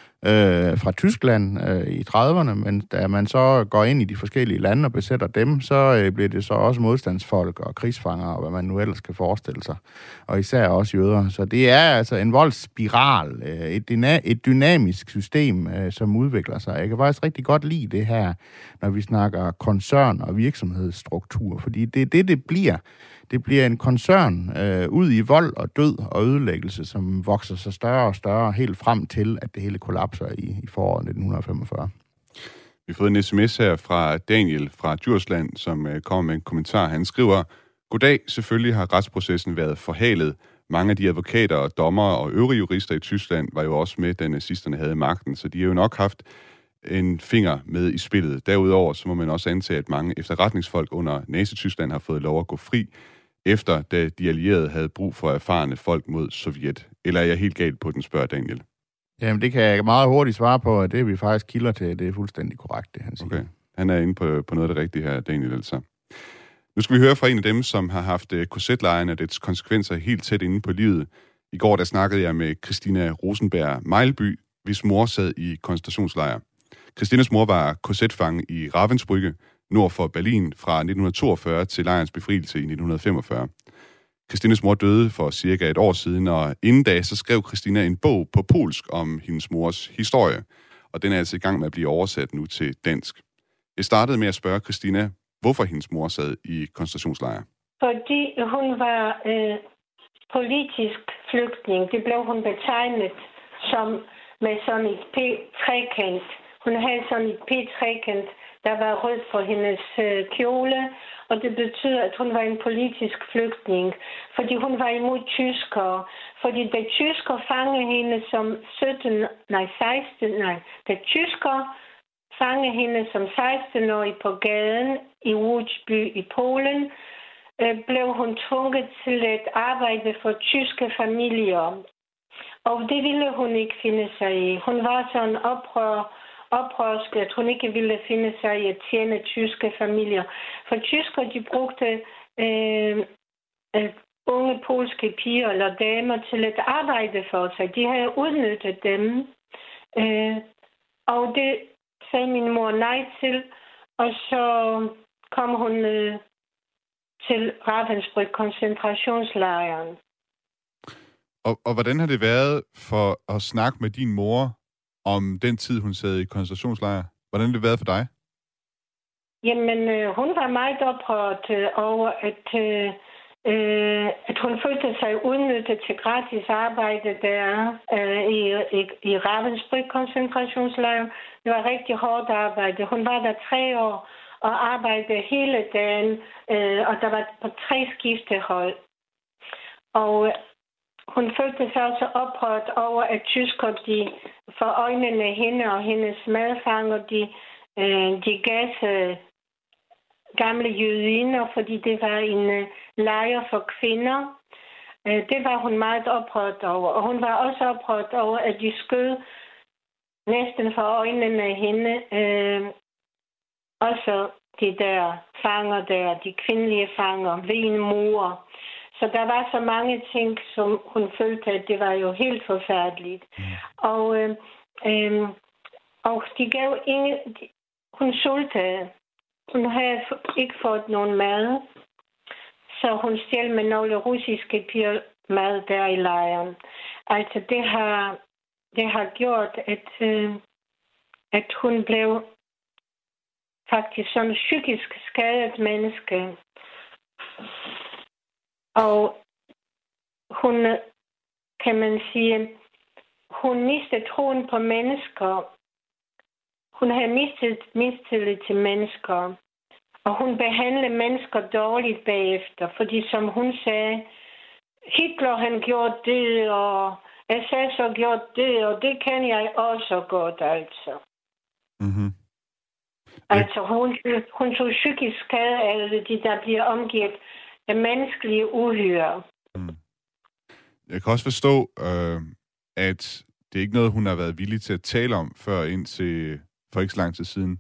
øh, fra Tyskland øh, i trediverne, men da man så går ind i de forskellige lande og besætter dem, så øh, bliver det så også modstandsfolk og krigsfanger, og hvad man nu ellers kan forestille sig, og især også jøder. Så det er altså en voldsspiral, øh, et, dyna- et dynamisk system, øh, som udvikler sig. Jeg kan faktisk rigtig godt lide det her, når vi snakker koncern- og virksomhedsstruktur, fordi det er det, det bliver. Det bliver en koncern øh, ud i vold og død og ødelæggelse, som vokser sig større og større, helt frem til, at det hele kollapser i, i foråret nitten femogfyrre. Vi har fået en sms her fra Daniel fra Djursland, som øh, kommer med en kommentar. Han skriver, goddag, selvfølgelig har retsprocessen været forhalet. Mange af de advokater og dommere og øvrige jurister i Tyskland var jo også med, da nazisterne havde magten, så de har jo nok haft en finger med i spillet. Derudover så må man også antage, at mange efterretningsfolk under Nazi-Tyskland har fået lov at gå fri, efter da de allierede havde brug for erfarne folk mod Sovjet. Eller er jeg helt galt på den, spørger Daniel? Jamen, det kan jeg meget hurtigt svare på, at det er vi faktisk kilder til. Det er fuldstændig korrekt, det han siger. Okay. Han er inde på, på noget af det rigtige her, Daniel, altså. Nu skal vi høre fra en af dem, som har haft K Z-lejren og dets konsekvenser helt tæt inde på livet. I går der snakkede jeg med Christina Rosenberg Meilby, hvis mor sad i koncentrationslejr. Christinas mor var K Z-fange i Ravensbrück, nord for Berlin, fra nitten toogfyrre til lejrens befrielse i nitten femogfyrre. Christinas mor døde for cirka et år siden, og inden da så skrev Christina en bog på polsk om hendes mors historie, og den er altså i gang med at blive oversat nu til dansk. Jeg startede med at spørge Christina, hvorfor hendes mor sad i koncentrationslejr. Fordi hun var øh, politisk flygtning. Det blev hun betegnet som med sådan et P-trekant. Hun havde sådan et P-trekant, der var rød på hendes øh, kjole, og det betyder, at hun var en politisk flygtning, fordi hun var imod tyskere. Fordi da tyskere fangede hende som sytten, nej seksten, nej, da tyskere fangede hende som seksten-årig på gaden i Łódźby i Polen, øh, blev hun tvunget til at arbejde for tyske familier. Og det ville hun ikke finde sig i. Hun var sådan oprør oprørsk, at hun ikke ville finde sig i at tjene tyske familier. For tysker, de brugte øh, øh, unge polske piger eller damer til at arbejde for sig. De havde udnyttet dem. Øh, og det sagde min mor nej til. Og så kom hun øh, til Ravensbrück koncentrationslejren. Og, og hvordan har det været for at snakke med din mor om den tid, hun sad i koncentrationslejr? Hvordan har det været for dig? Jamen, øh, hun var meget oprørt øh, over, at, øh, øh, at hun følte sig udnyttet til gratis arbejde der øh, i, i, i Ravensbrück koncentrationslejr. Det var rigtig hårdt arbejde. Hun var der tre år og arbejdede hele dagen, øh, og der var på tre skiftehold. Og øh, hun følte sig også oprørt over, at tyskere, de for øjnene hende og hendes madfanger, de, øh, de gav sig gamle jødinder, fordi det var en øh, lejr for kvinder. Øh, det var hun meget oprørt over. Og hun var også oprørt over, at de skød næsten for øjnene af hende. Øh, også de der fanger der, de kvindelige fanger, ved en mur. Så der var så mange ting, som hun følte, at det var jo helt forfærdeligt. Mm. Og, øh, øh, og de gav ingen... De, hun sultede. Hun havde ikke fået nogen mad. Så hun stjal med nogle russiske piger mad der i lejren. Altså det har, det har gjort, at, øh, at hun blev faktisk sådan en psykisk skadet menneske. Og hun, kan man sige, hun mistede troen på mennesker. Hun havde mistet mistillid til mennesker. Og hun behandlede mennesker dårligt bagefter. Fordi som hun sagde, Hitler han gjorde det, og S S har gjort det, og det kan jeg også godt, altså. Mm-hmm. Altså hun, hun tog psykisk skade af alle de, der bliver omgivet af menneskelige uhyre. Mm. Jeg kan også forstå, øh, at det er ikke noget, hun har været villig til at tale om før indtil for ikke så lang tid siden.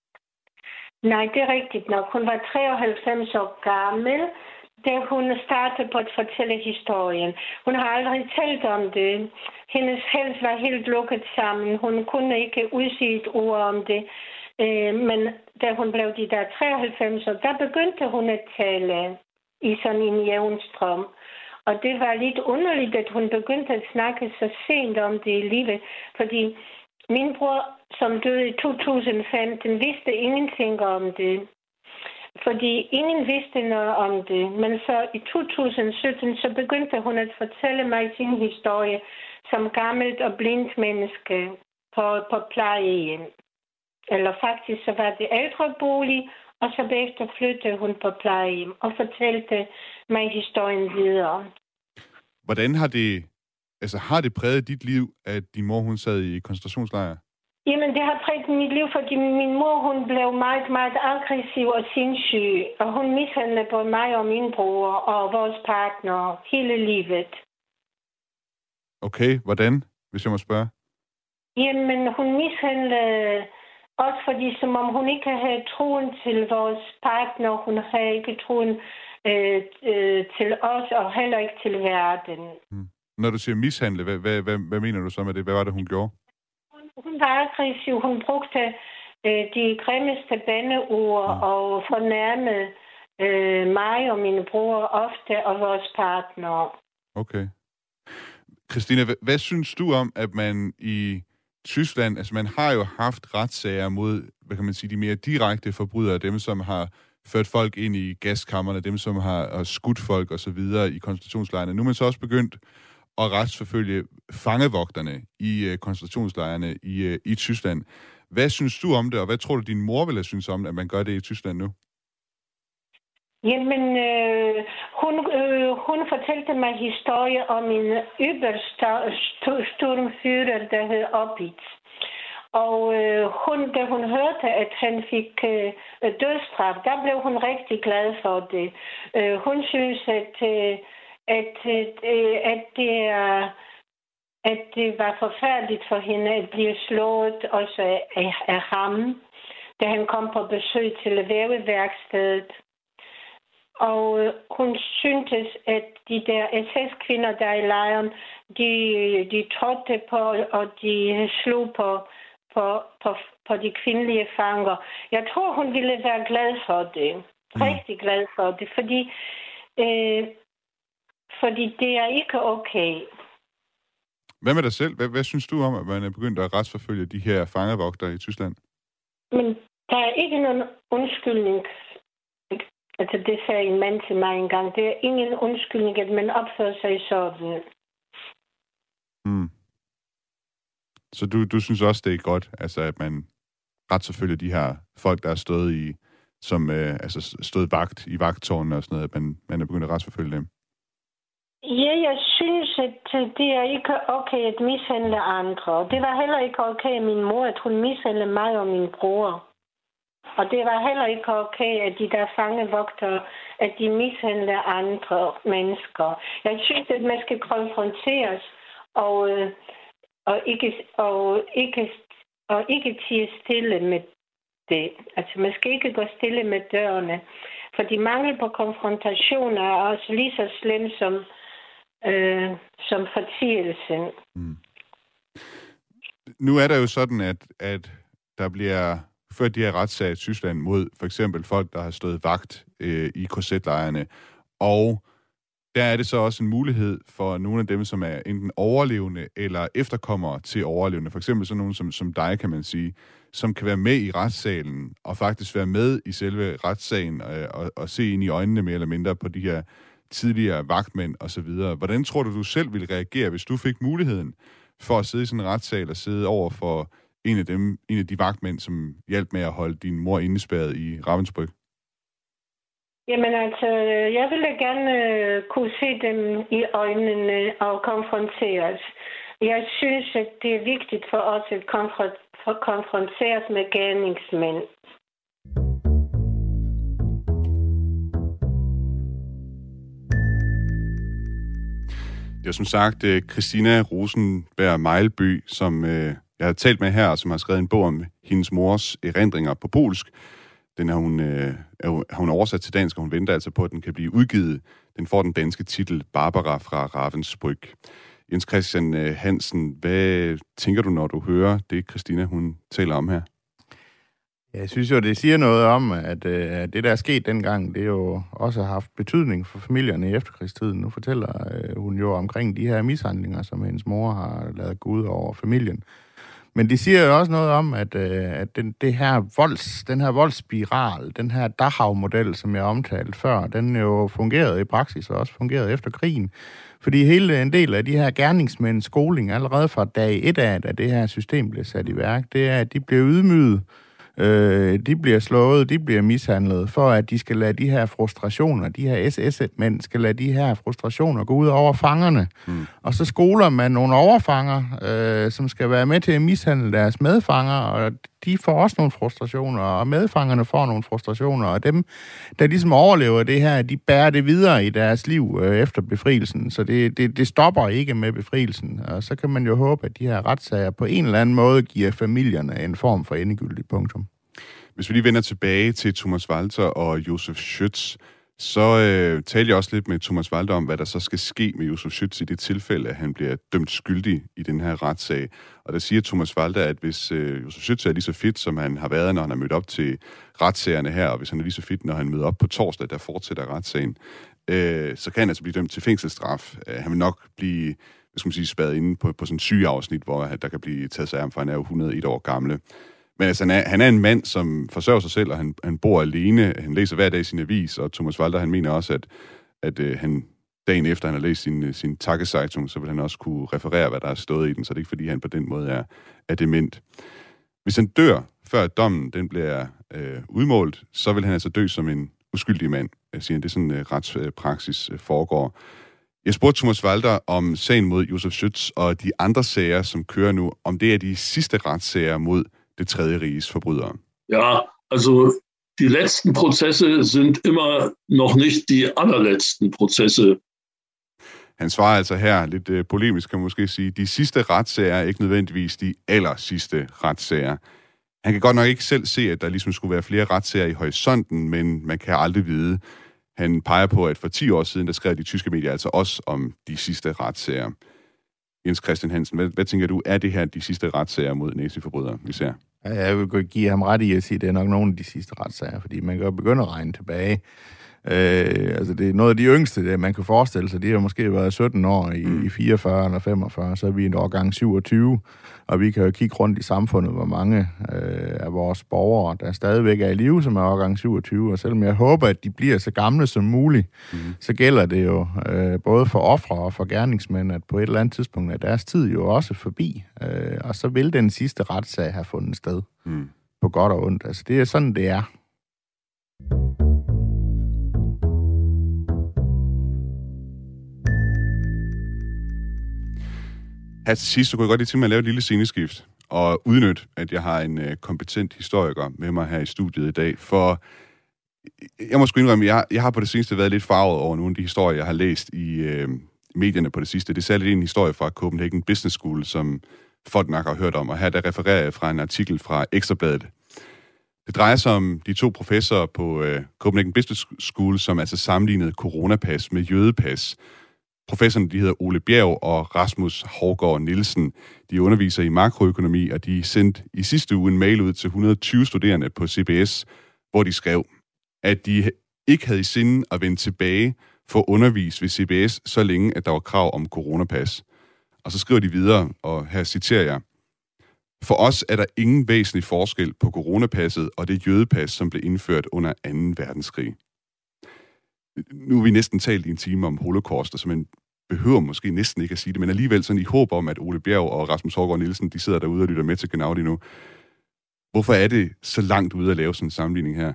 Nej, det er rigtigt nok. Hun var treoghalvfems år gammel, da hun startede på at fortælle historien. Hun har aldrig talt om det. Hendes hals var helt lukket sammen. Hun kunne ikke udsige et ord om det. Øh, men da hun blev de der treoghalvfems år, der begyndte hun at tale i sådan en jævn strøm. Og det var lidt underligt, at hun begyndte at snakke så sent om det i livet. Fordi min bror, som døde i to tusind og femten, vidste ingenting om det. Fordi ingen vidste noget om det. Men så i to tusind og sytten, så begyndte hun at fortælle mig sin historie som gammelt og blindt menneske på, på plejehjem. Eller faktisk så var det ældrebolig, og så bagefter flyttede hun på plejehjem og fortalte mig historien videre. Hvordan har det, altså har det præget dit liv, at din mor hun sad i koncentrationslejr? Jamen, det har præget mit liv, fordi min mor hun blev meget, meget aggressiv og sindssyg. Og hun mishandlede både mig og min bror og vores partner hele livet. Okay, hvordan? Hvis jeg må spørge. Jamen, hun mishandlede også fordi, som om hun ikke havde troen til vores partner. Hun havde ikke troen øh, øh, til os og heller ikke til verden. Hmm. Når du siger mishandle, hvad, hvad, hvad, hvad mener du så med det? Hvad var det, hun gjorde? Hun, hun var aggressiv. Hun brugte øh, de grimmeste bandeord hmm. og fornærmede øh, mig og mine bror ofte og vores partner. Okay. Christina, hvad, hvad synes du om, at man i Tyskland, altså man har jo haft retssager mod, hvad kan man sige, de mere direkte forbrydere, dem som har ført folk ind i gaskammerne, dem som har, har skudt folk og så videre i koncentrationslejrene. Nu er man så også begyndt at retsforfølge fangevogterne i uh, koncentrationslejrene i, uh, i Tyskland. Hvad synes du om det, og hvad tror du, din mor ville have synes om, at man gør det i Tyskland nu? Jamen, øh, hun, øh, hun fortalte mig historie om en Übersturmführer, der hed Opitz. Og øh, hun, da hun hørte, at han fik øh, dødsstraf, der blev hun rigtig glad for det. Øh, hun synes, at, øh, at, øh, at det er at det var forfærdeligt for hende at blive slået også af, af, af ham, da han kom på besøg til væveværkstedet. Og øh, hun syntes, at de der S S-kvinder, der er i lejren, de, de trådte på, og de slog på, på, på, på de kvindelige fanger. Jeg tror, hun ville være glad for det. Mm. Rigtig glad for det, fordi, øh, fordi det er ikke okay. Hvad med dig selv? Hvad, hvad synes du om, at man er begyndt at retsforfølge de her fangevogtere i Tyskland? Men der er ikke nogen undskyldning. Altså, det sagde en mand til mig engang. Det er ingen undskyldning, at man opfører sig sådan. Mm. Så du, du synes også, det er godt, altså, at man retsforfølger de her folk, der er stået i, som øh, altså stået vagt i vagttårnene og sådan noget, at man, man er begyndt at retsforfølge dem? Ja, jeg synes, at det er ikke okay at mishandle andre. Det var heller ikke okay at min mor, at hun mishandlede mig og min bror. Og det var heller ikke okay, at de der fangevogtere, at de mishandler andre mennesker. Jeg synes, at man skal konfronteres og, og, ikke, og, ikke, og ikke tie stille med det. Altså, man skal ikke gå stille med dørene. Fordi mangel på konfrontation er også lige så slem som, øh, som fortielsen. Mm. Nu er der jo sådan, at, at der bliver ført de her retssager i Tyskland mod for eksempel folk, der har stået vagt øh, i K Z-lejrene. Og der er det så også en mulighed for nogle af dem, som er enten overlevende eller efterkommere til overlevende. For eksempel sådan nogen som, som dig, kan man sige, som kan være med i retssalen og faktisk være med i selve retssagen øh, og, og se ind i øjnene mere eller mindre på de her tidligere vagtmænd osv. Hvordan tror du, du selv ville reagere, hvis du fik muligheden for at sidde i sådan en retssal og sidde over for en af dem, en af de vagtmænd, som hjalp med at holde din mor indespærret i Ravensbrück? Jamen altså, jeg ville gerne uh, kunne se dem i øjnene og konfronteres. Jeg synes, at det er vigtigt for os at konfron- for konfronteres med gerningsmænd. Det er som sagt Christina Rosenberg Meilby, som øh, jeg har talt med her, som har skrevet en bog om hendes mors erindringer på polsk. Den har hun, øh, har hun oversat til dansk, og hun venter altså på, at den kan blive udgivet. Den får den danske titel Barbara fra Ravensbrück. Jens Christian Hansen, hvad tænker du, når du hører det, Christina, hun taler om her? Jeg synes jo, det siger noget om, at øh, det, der er sket dengang, det jo også har haft betydning for familierne i efterkrigstiden. Nu fortæller øh, hun jo omkring de her mishandlinger, som hendes mor har lavet gå ud over familien. Men det siger jo også noget om, at, øh, at den, det her volds, den her voldsspiral, den her Dachau-model, som jeg omtalte før, den jo fungerede i praksis og også fungerede efter krigen. Fordi hele en del af de her gerningsmænds skoling allerede fra dag et af, da det her system blev sat i værk, det er, at de bliver ydmyget. Øh, de bliver slået, de bliver mishandlet, for at de skal lade de her frustrationer, de her S S-mænd skal lade de her frustrationer gå ud over fangerne. Mm. Og så skoler man nogle overfanger, øh, som skal være med til at mishandle deres medfanger, og de får også nogle frustrationer, og medfangerne får nogle frustrationer, og dem, der ligesom overlever det her, de bærer det videre i deres liv øh, efter befrielsen. Så det, det, det stopper ikke med befrielsen. Og så kan man jo håbe, at de her retssager på en eller anden måde giver familierne en form for endegyldigt punktum. Hvis vi lige vender tilbage til Thomas Walter og Josef Schütz, så øh, talte jeg også lidt med Thomas Walter om, hvad der så skal ske med Josef Schütz i det tilfælde, at han bliver dømt skyldig i den her retssag. Og der siger Thomas Walter, at hvis øh, Josef Schütz er lige så fit, som han har været, når han har mødt op til retssagerne her, og hvis han er lige så fit, når han møder op på torsdag, der fortsætter retssagen, øh, så kan han altså blive dømt til fængselsstraf. Øh, han vil nok blive, hvad skal man sige, spadet inde på, på sådan en sygeafsnit, hvor der kan blive taget sig af ham, for han er jo hundrede og en år gammel. Men altså, han er, han er en mand, som forsørger sig selv, og han, han bor alene. Han læser hver dag sin avis, og Thomas Walter, han mener også, at, at øh, han dagen efter, han har læst sin, sin Tageszeitung, så vil han også kunne referere, hvad der er stået i den, så det er ikke, fordi han på den måde er, er dement. Hvis han dør, før dommen den bliver øh, udmålt, så vil han altså dø som en uskyldig mand. Jeg siger, det er sådan, øh, retspraksis øh, foregår. Jeg spurgte Thomas Walter om sagen mod Josef Schütz og de andre sager, som kører nu, om det er de sidste retssager mod det tredje riges forbrydere. Ja, also die letzten Prozesse sind immer noch nicht die allerletzten Prozesse. Han svarer altså her, lidt øh, polemisk kan man måske sige, de sidste retssager er ikke nødvendigvis de aller sidste retssager. Han kan godt nok ikke selv se, at der ligesom skulle være flere retssager i horisonten, men man kan aldrig vide. Han peger på, at for ti år siden, der skrev de tyske medier altså også om de sidste retssager. Jens Christian Hansen, hvad, hvad tænker du, er det her de sidste retssager mod naziforbrydere, vi ser? Jeg vil give ham ret i at sige, at det er nok nogle af de sidste retssager, fordi man kan jo begynde at regne tilbage. Øh, altså det er noget af de yngste, det man kan forestille sig. De har måske været sytten år i, mm. i fireogfyrre eller femogfyrre, så er vi en årgang syvogtyve, og vi kan jo kigge rundt i samfundet, hvor mange øh, af vores borgere, der stadigvæk er i live, som er årgang syvogtyve, og selvom jeg håber, at de bliver så gamle som muligt, mm. så gælder det jo øh, både for ofre og for gerningsmænd, at på et eller andet tidspunkt er deres tid jo også forbi, øh, og så vil den sidste retssag have fundet sted, mm. på godt og ondt. Altså det er sådan, det er. Her til sidst, så kunne jeg godt lige tænke mig at lave et lille sceneskift og udnytte, at jeg har en øh, kompetent historiker med mig her i studiet i dag, for jeg må sgu indrømme, jeg, jeg har på det seneste været lidt farvet over nogle af de historier, jeg har læst i øh, medierne på det sidste. Det er særligt en historie fra Copenhagen Business School, som folk nok har hørt om, og her der refererer jeg fra en artikel fra Ekstrabladet. Det drejer sig om de to professorer på øh, Copenhagen Business School, som altså sammenlignede coronapas med jødepas. Professorerne, de hedder Ole Bjerg og Rasmus Hovgaard Nielsen. De underviser i makroøkonomi, og de sendte i sidste uge en mail ud til et hundrede og tyve studerende på C B S, hvor de skrev, at de ikke havde i sinde at vende tilbage for at undervise ved C B S, så længe at der var krav om coronapas. Og så skriver de videre, og her citerer jeg, for os er der ingen væsentlig forskel på coronapasset og det jødepas, som blev indført under anden verdenskrig. Nu har vi næsten talt i en time om holocaust, så man behøver måske næsten ikke at sige det, men alligevel sådan i håb om, at Ole Bjerg og Rasmus Hovgaard Nielsen, de sidder derude og lytter med til Genau lige nu. Hvorfor er det så langt ude at lave sådan en sammenligning her?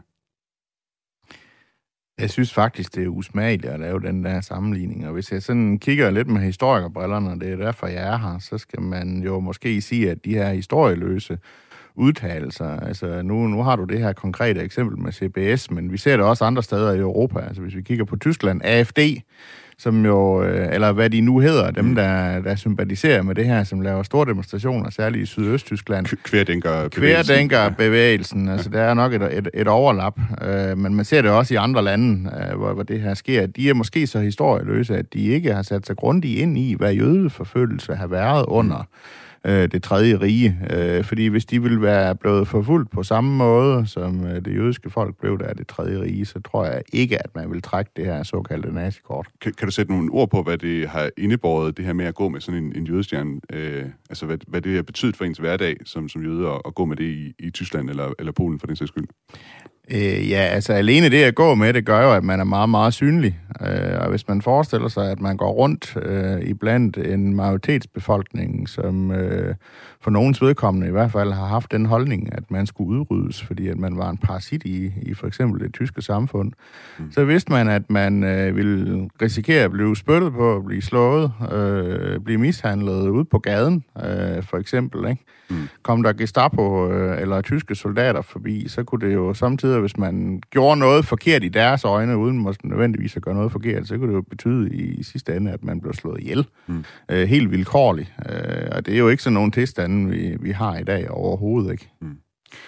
Jeg synes faktisk, det er usmageligt at lave den der sammenligning, og hvis jeg sådan kigger lidt med historikerbrillerne, og det er derfor, jeg er her, så skal man jo måske sige, at de her historieløse udtalelser, altså nu, nu har du det her konkrete eksempel med C B S, men vi ser det også andre steder i Europa, altså hvis vi kigger på Tyskland, A F D, som jo, eller hvad de nu hedder, dem der, der sympatiserer med det her, som laver store demonstrationer, særligt i Sydøst-Tyskland. Kværdenkerbevægelsen. Kværdenkerbevægelsen, altså der er nok et, et, et overlap, øh, men man ser det også i andre lande, øh, hvor, hvor det her sker. De er måske så historieløse, at de ikke har sat sig grundigt ind i, hvad jødeforfølgelse har været under det tredje rige. Øh, fordi hvis de ville være blevet forfulgt på samme måde, som det jødiske folk blev der det tredje rige, så tror jeg ikke, at man vil trække det her såkaldte nazikort. Kan, kan du sætte nogle ord på, hvad det har indebåret, det her med at gå med sådan en, en jødestjerne? Øh, altså, hvad, hvad det har betydet for ens hverdag som, som jøde at, at gå med det i, i Tyskland eller, eller Polen for den sags skyld? Øh, ja, altså alene det at gå med det, gør jo, at man er meget, meget synlig. Øh, og hvis man forestiller sig, at man går rundt øh, iblandt en majoritetsbefolkning, som øh, for nogens vedkommende i hvert fald har haft den holdning, at man skulle udryddes, fordi at man var en parasit i, i for eksempel det tyske samfund, mm. så vidste man, at man øh, ville risikere at blive spyttet på, blive slået, øh, blive mishandlet ude på gaden, øh, for eksempel, ikke? Mm. Kom der Gestapo øh, eller tyske soldater forbi, så kunne det jo samtidig, hvis man gjorde noget forkert i deres øjne, uden måske nødvendigvis at gøre noget forkert, så kunne det jo betyde i sidste ende, at man blev slået ihjel. Mm. Øh, helt vilkårligt. Øh, og det er jo ikke sådan nogle tilstande, vi, vi har i dag overhovedet, ikke? Mm.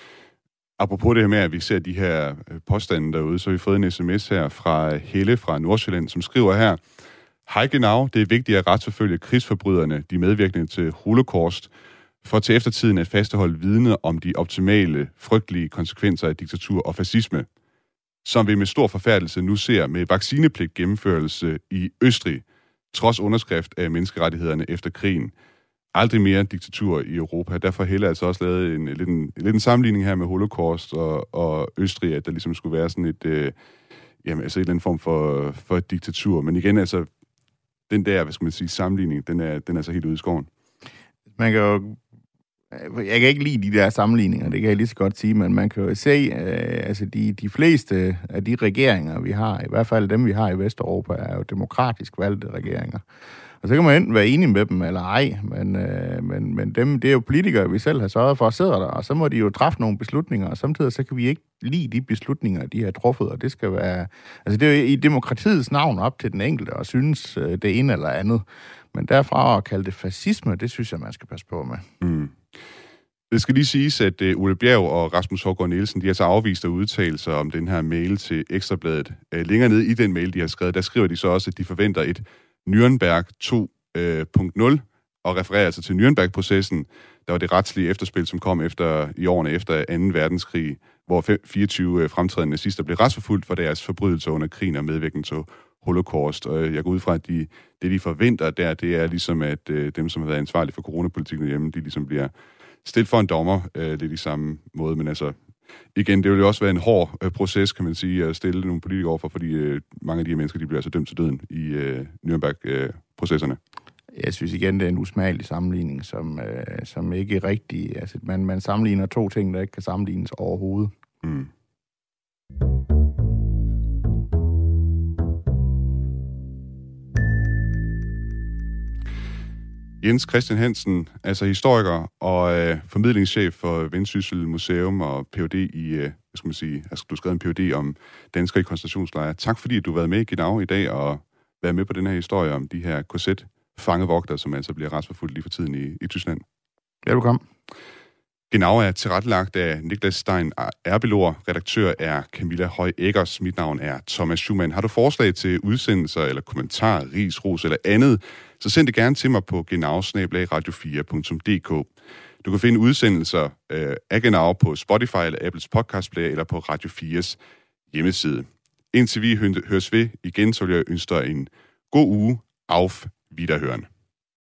Apropos det her med, at vi ser de her påstande derude, så har vi fået en sms her fra Helle fra Nordsjælland, som skriver her, hej Genau, det er vigtigt at retsforfølge krigsforbryderne, de medvirkende til holocaust, for til eftertiden at fastholde vidne om de optimale, frygtelige konsekvenser af diktatur og fascisme, som vi med stor forfærdelse nu ser med vaccinepligt gennemførelse i Østrig, trods underskrift af menneskerettighederne efter krigen. Aldrig mere diktatur i Europa. Derfor har Helle altså også lavet en, lidt, en, lidt en sammenligning her med holocaust og, og Østrig, at der ligesom skulle være sådan et, øh, jamen, altså et eller andet form for, for diktatur. Men igen, altså, den der, hvad skal man sige, sammenligning, den er, den er så helt ude i skoven. Man kan jo Jeg kan ikke lide de der sammenligninger, det kan jeg lige så godt sige, men man kan jo se, øh, altså de, de fleste af de regeringer, vi har, i hvert fald dem, vi har i Vesteuropa, er jo demokratisk valgte regeringer. Og så kan man enten være enig med dem eller ej, men, øh, men, men dem, det er jo politikere, vi selv har sørget for at sidde der, og så må de jo træffe nogle beslutninger, og samtidig så kan vi ikke lide de beslutninger, de har truffet, og det skal være, altså det er jo i demokratiets navn op til den enkelte, og synes øh, det ene eller andet. Men derfra at kalde det fascisme, det synes jeg, man skal passe på med. Mm. Det skal lige siges, at uh, Ole Bjerg og Rasmus Hårgaard Nielsen, de har så afvist at udtale sig om den her mail til Ekstrabladet. Uh, længere ned i den mail, de har skrevet, der skriver de så også, at de forventer et Nürnberg to punkt nul, og refererer altså til Nürnberg-processen, der var det retslige efterspil, som kom efter i årene efter anden verdenskrig, hvor fireogtyve fremtrædende nazister blev retsforfulgt for deres forbrydelser under krigen og medvirken til Holocaust. Og jeg går ud fra, at de, det, de forventer der, det er ligesom, at øh, dem, som har været ansvarlige for coronapolitikken hjemme, de ligesom bliver stillet for en dommer øh, lidt i samme måde. Men altså, igen, det vil jo også være en hård øh, proces, kan man sige, at stille nogle politikere overfor, fordi øh, mange af de her mennesker, de bliver altså dømt til døden i øh, Nürnberg-processerne. Øh, Jeg synes igen, det er en usmagelig sammenligning, som, øh, som ikke er rigtig... Altså, man, man sammenligner to ting, der ikke kan sammenlignes overhovedet. Mm. Jens Christian Hansen, altså historiker og øh, formidlingschef for Vendsyssel Museum og P H D i, øh, hvad skal man sige, altså du har skrevet en P H D om danskere i koncentrationslejre. Tak fordi du har været med i Genau i dag og været med på den her historie om de her K Z-fangevogtere, som altså bliver retsforfulgt lige for tiden i, i Tyskland. Velkommen. Genau er tilrettelagt af Niklas Stein Erbelor. Redaktør er Camilla Høj Eggers. Mit navn er Thomas Schumann. Har du forslag til udsendelser eller kommentarer, ris, ros eller andet, så send det gerne til mig på genau snabel-a radio fire punktum d k. Du kan finde udsendelser øh, af Genau på Spotify eller Apples podcast player eller på Radio fires hjemmeside. Indtil vi høres ved igen, så vil jeg ønske dig en god uge. Auf Wiederhören.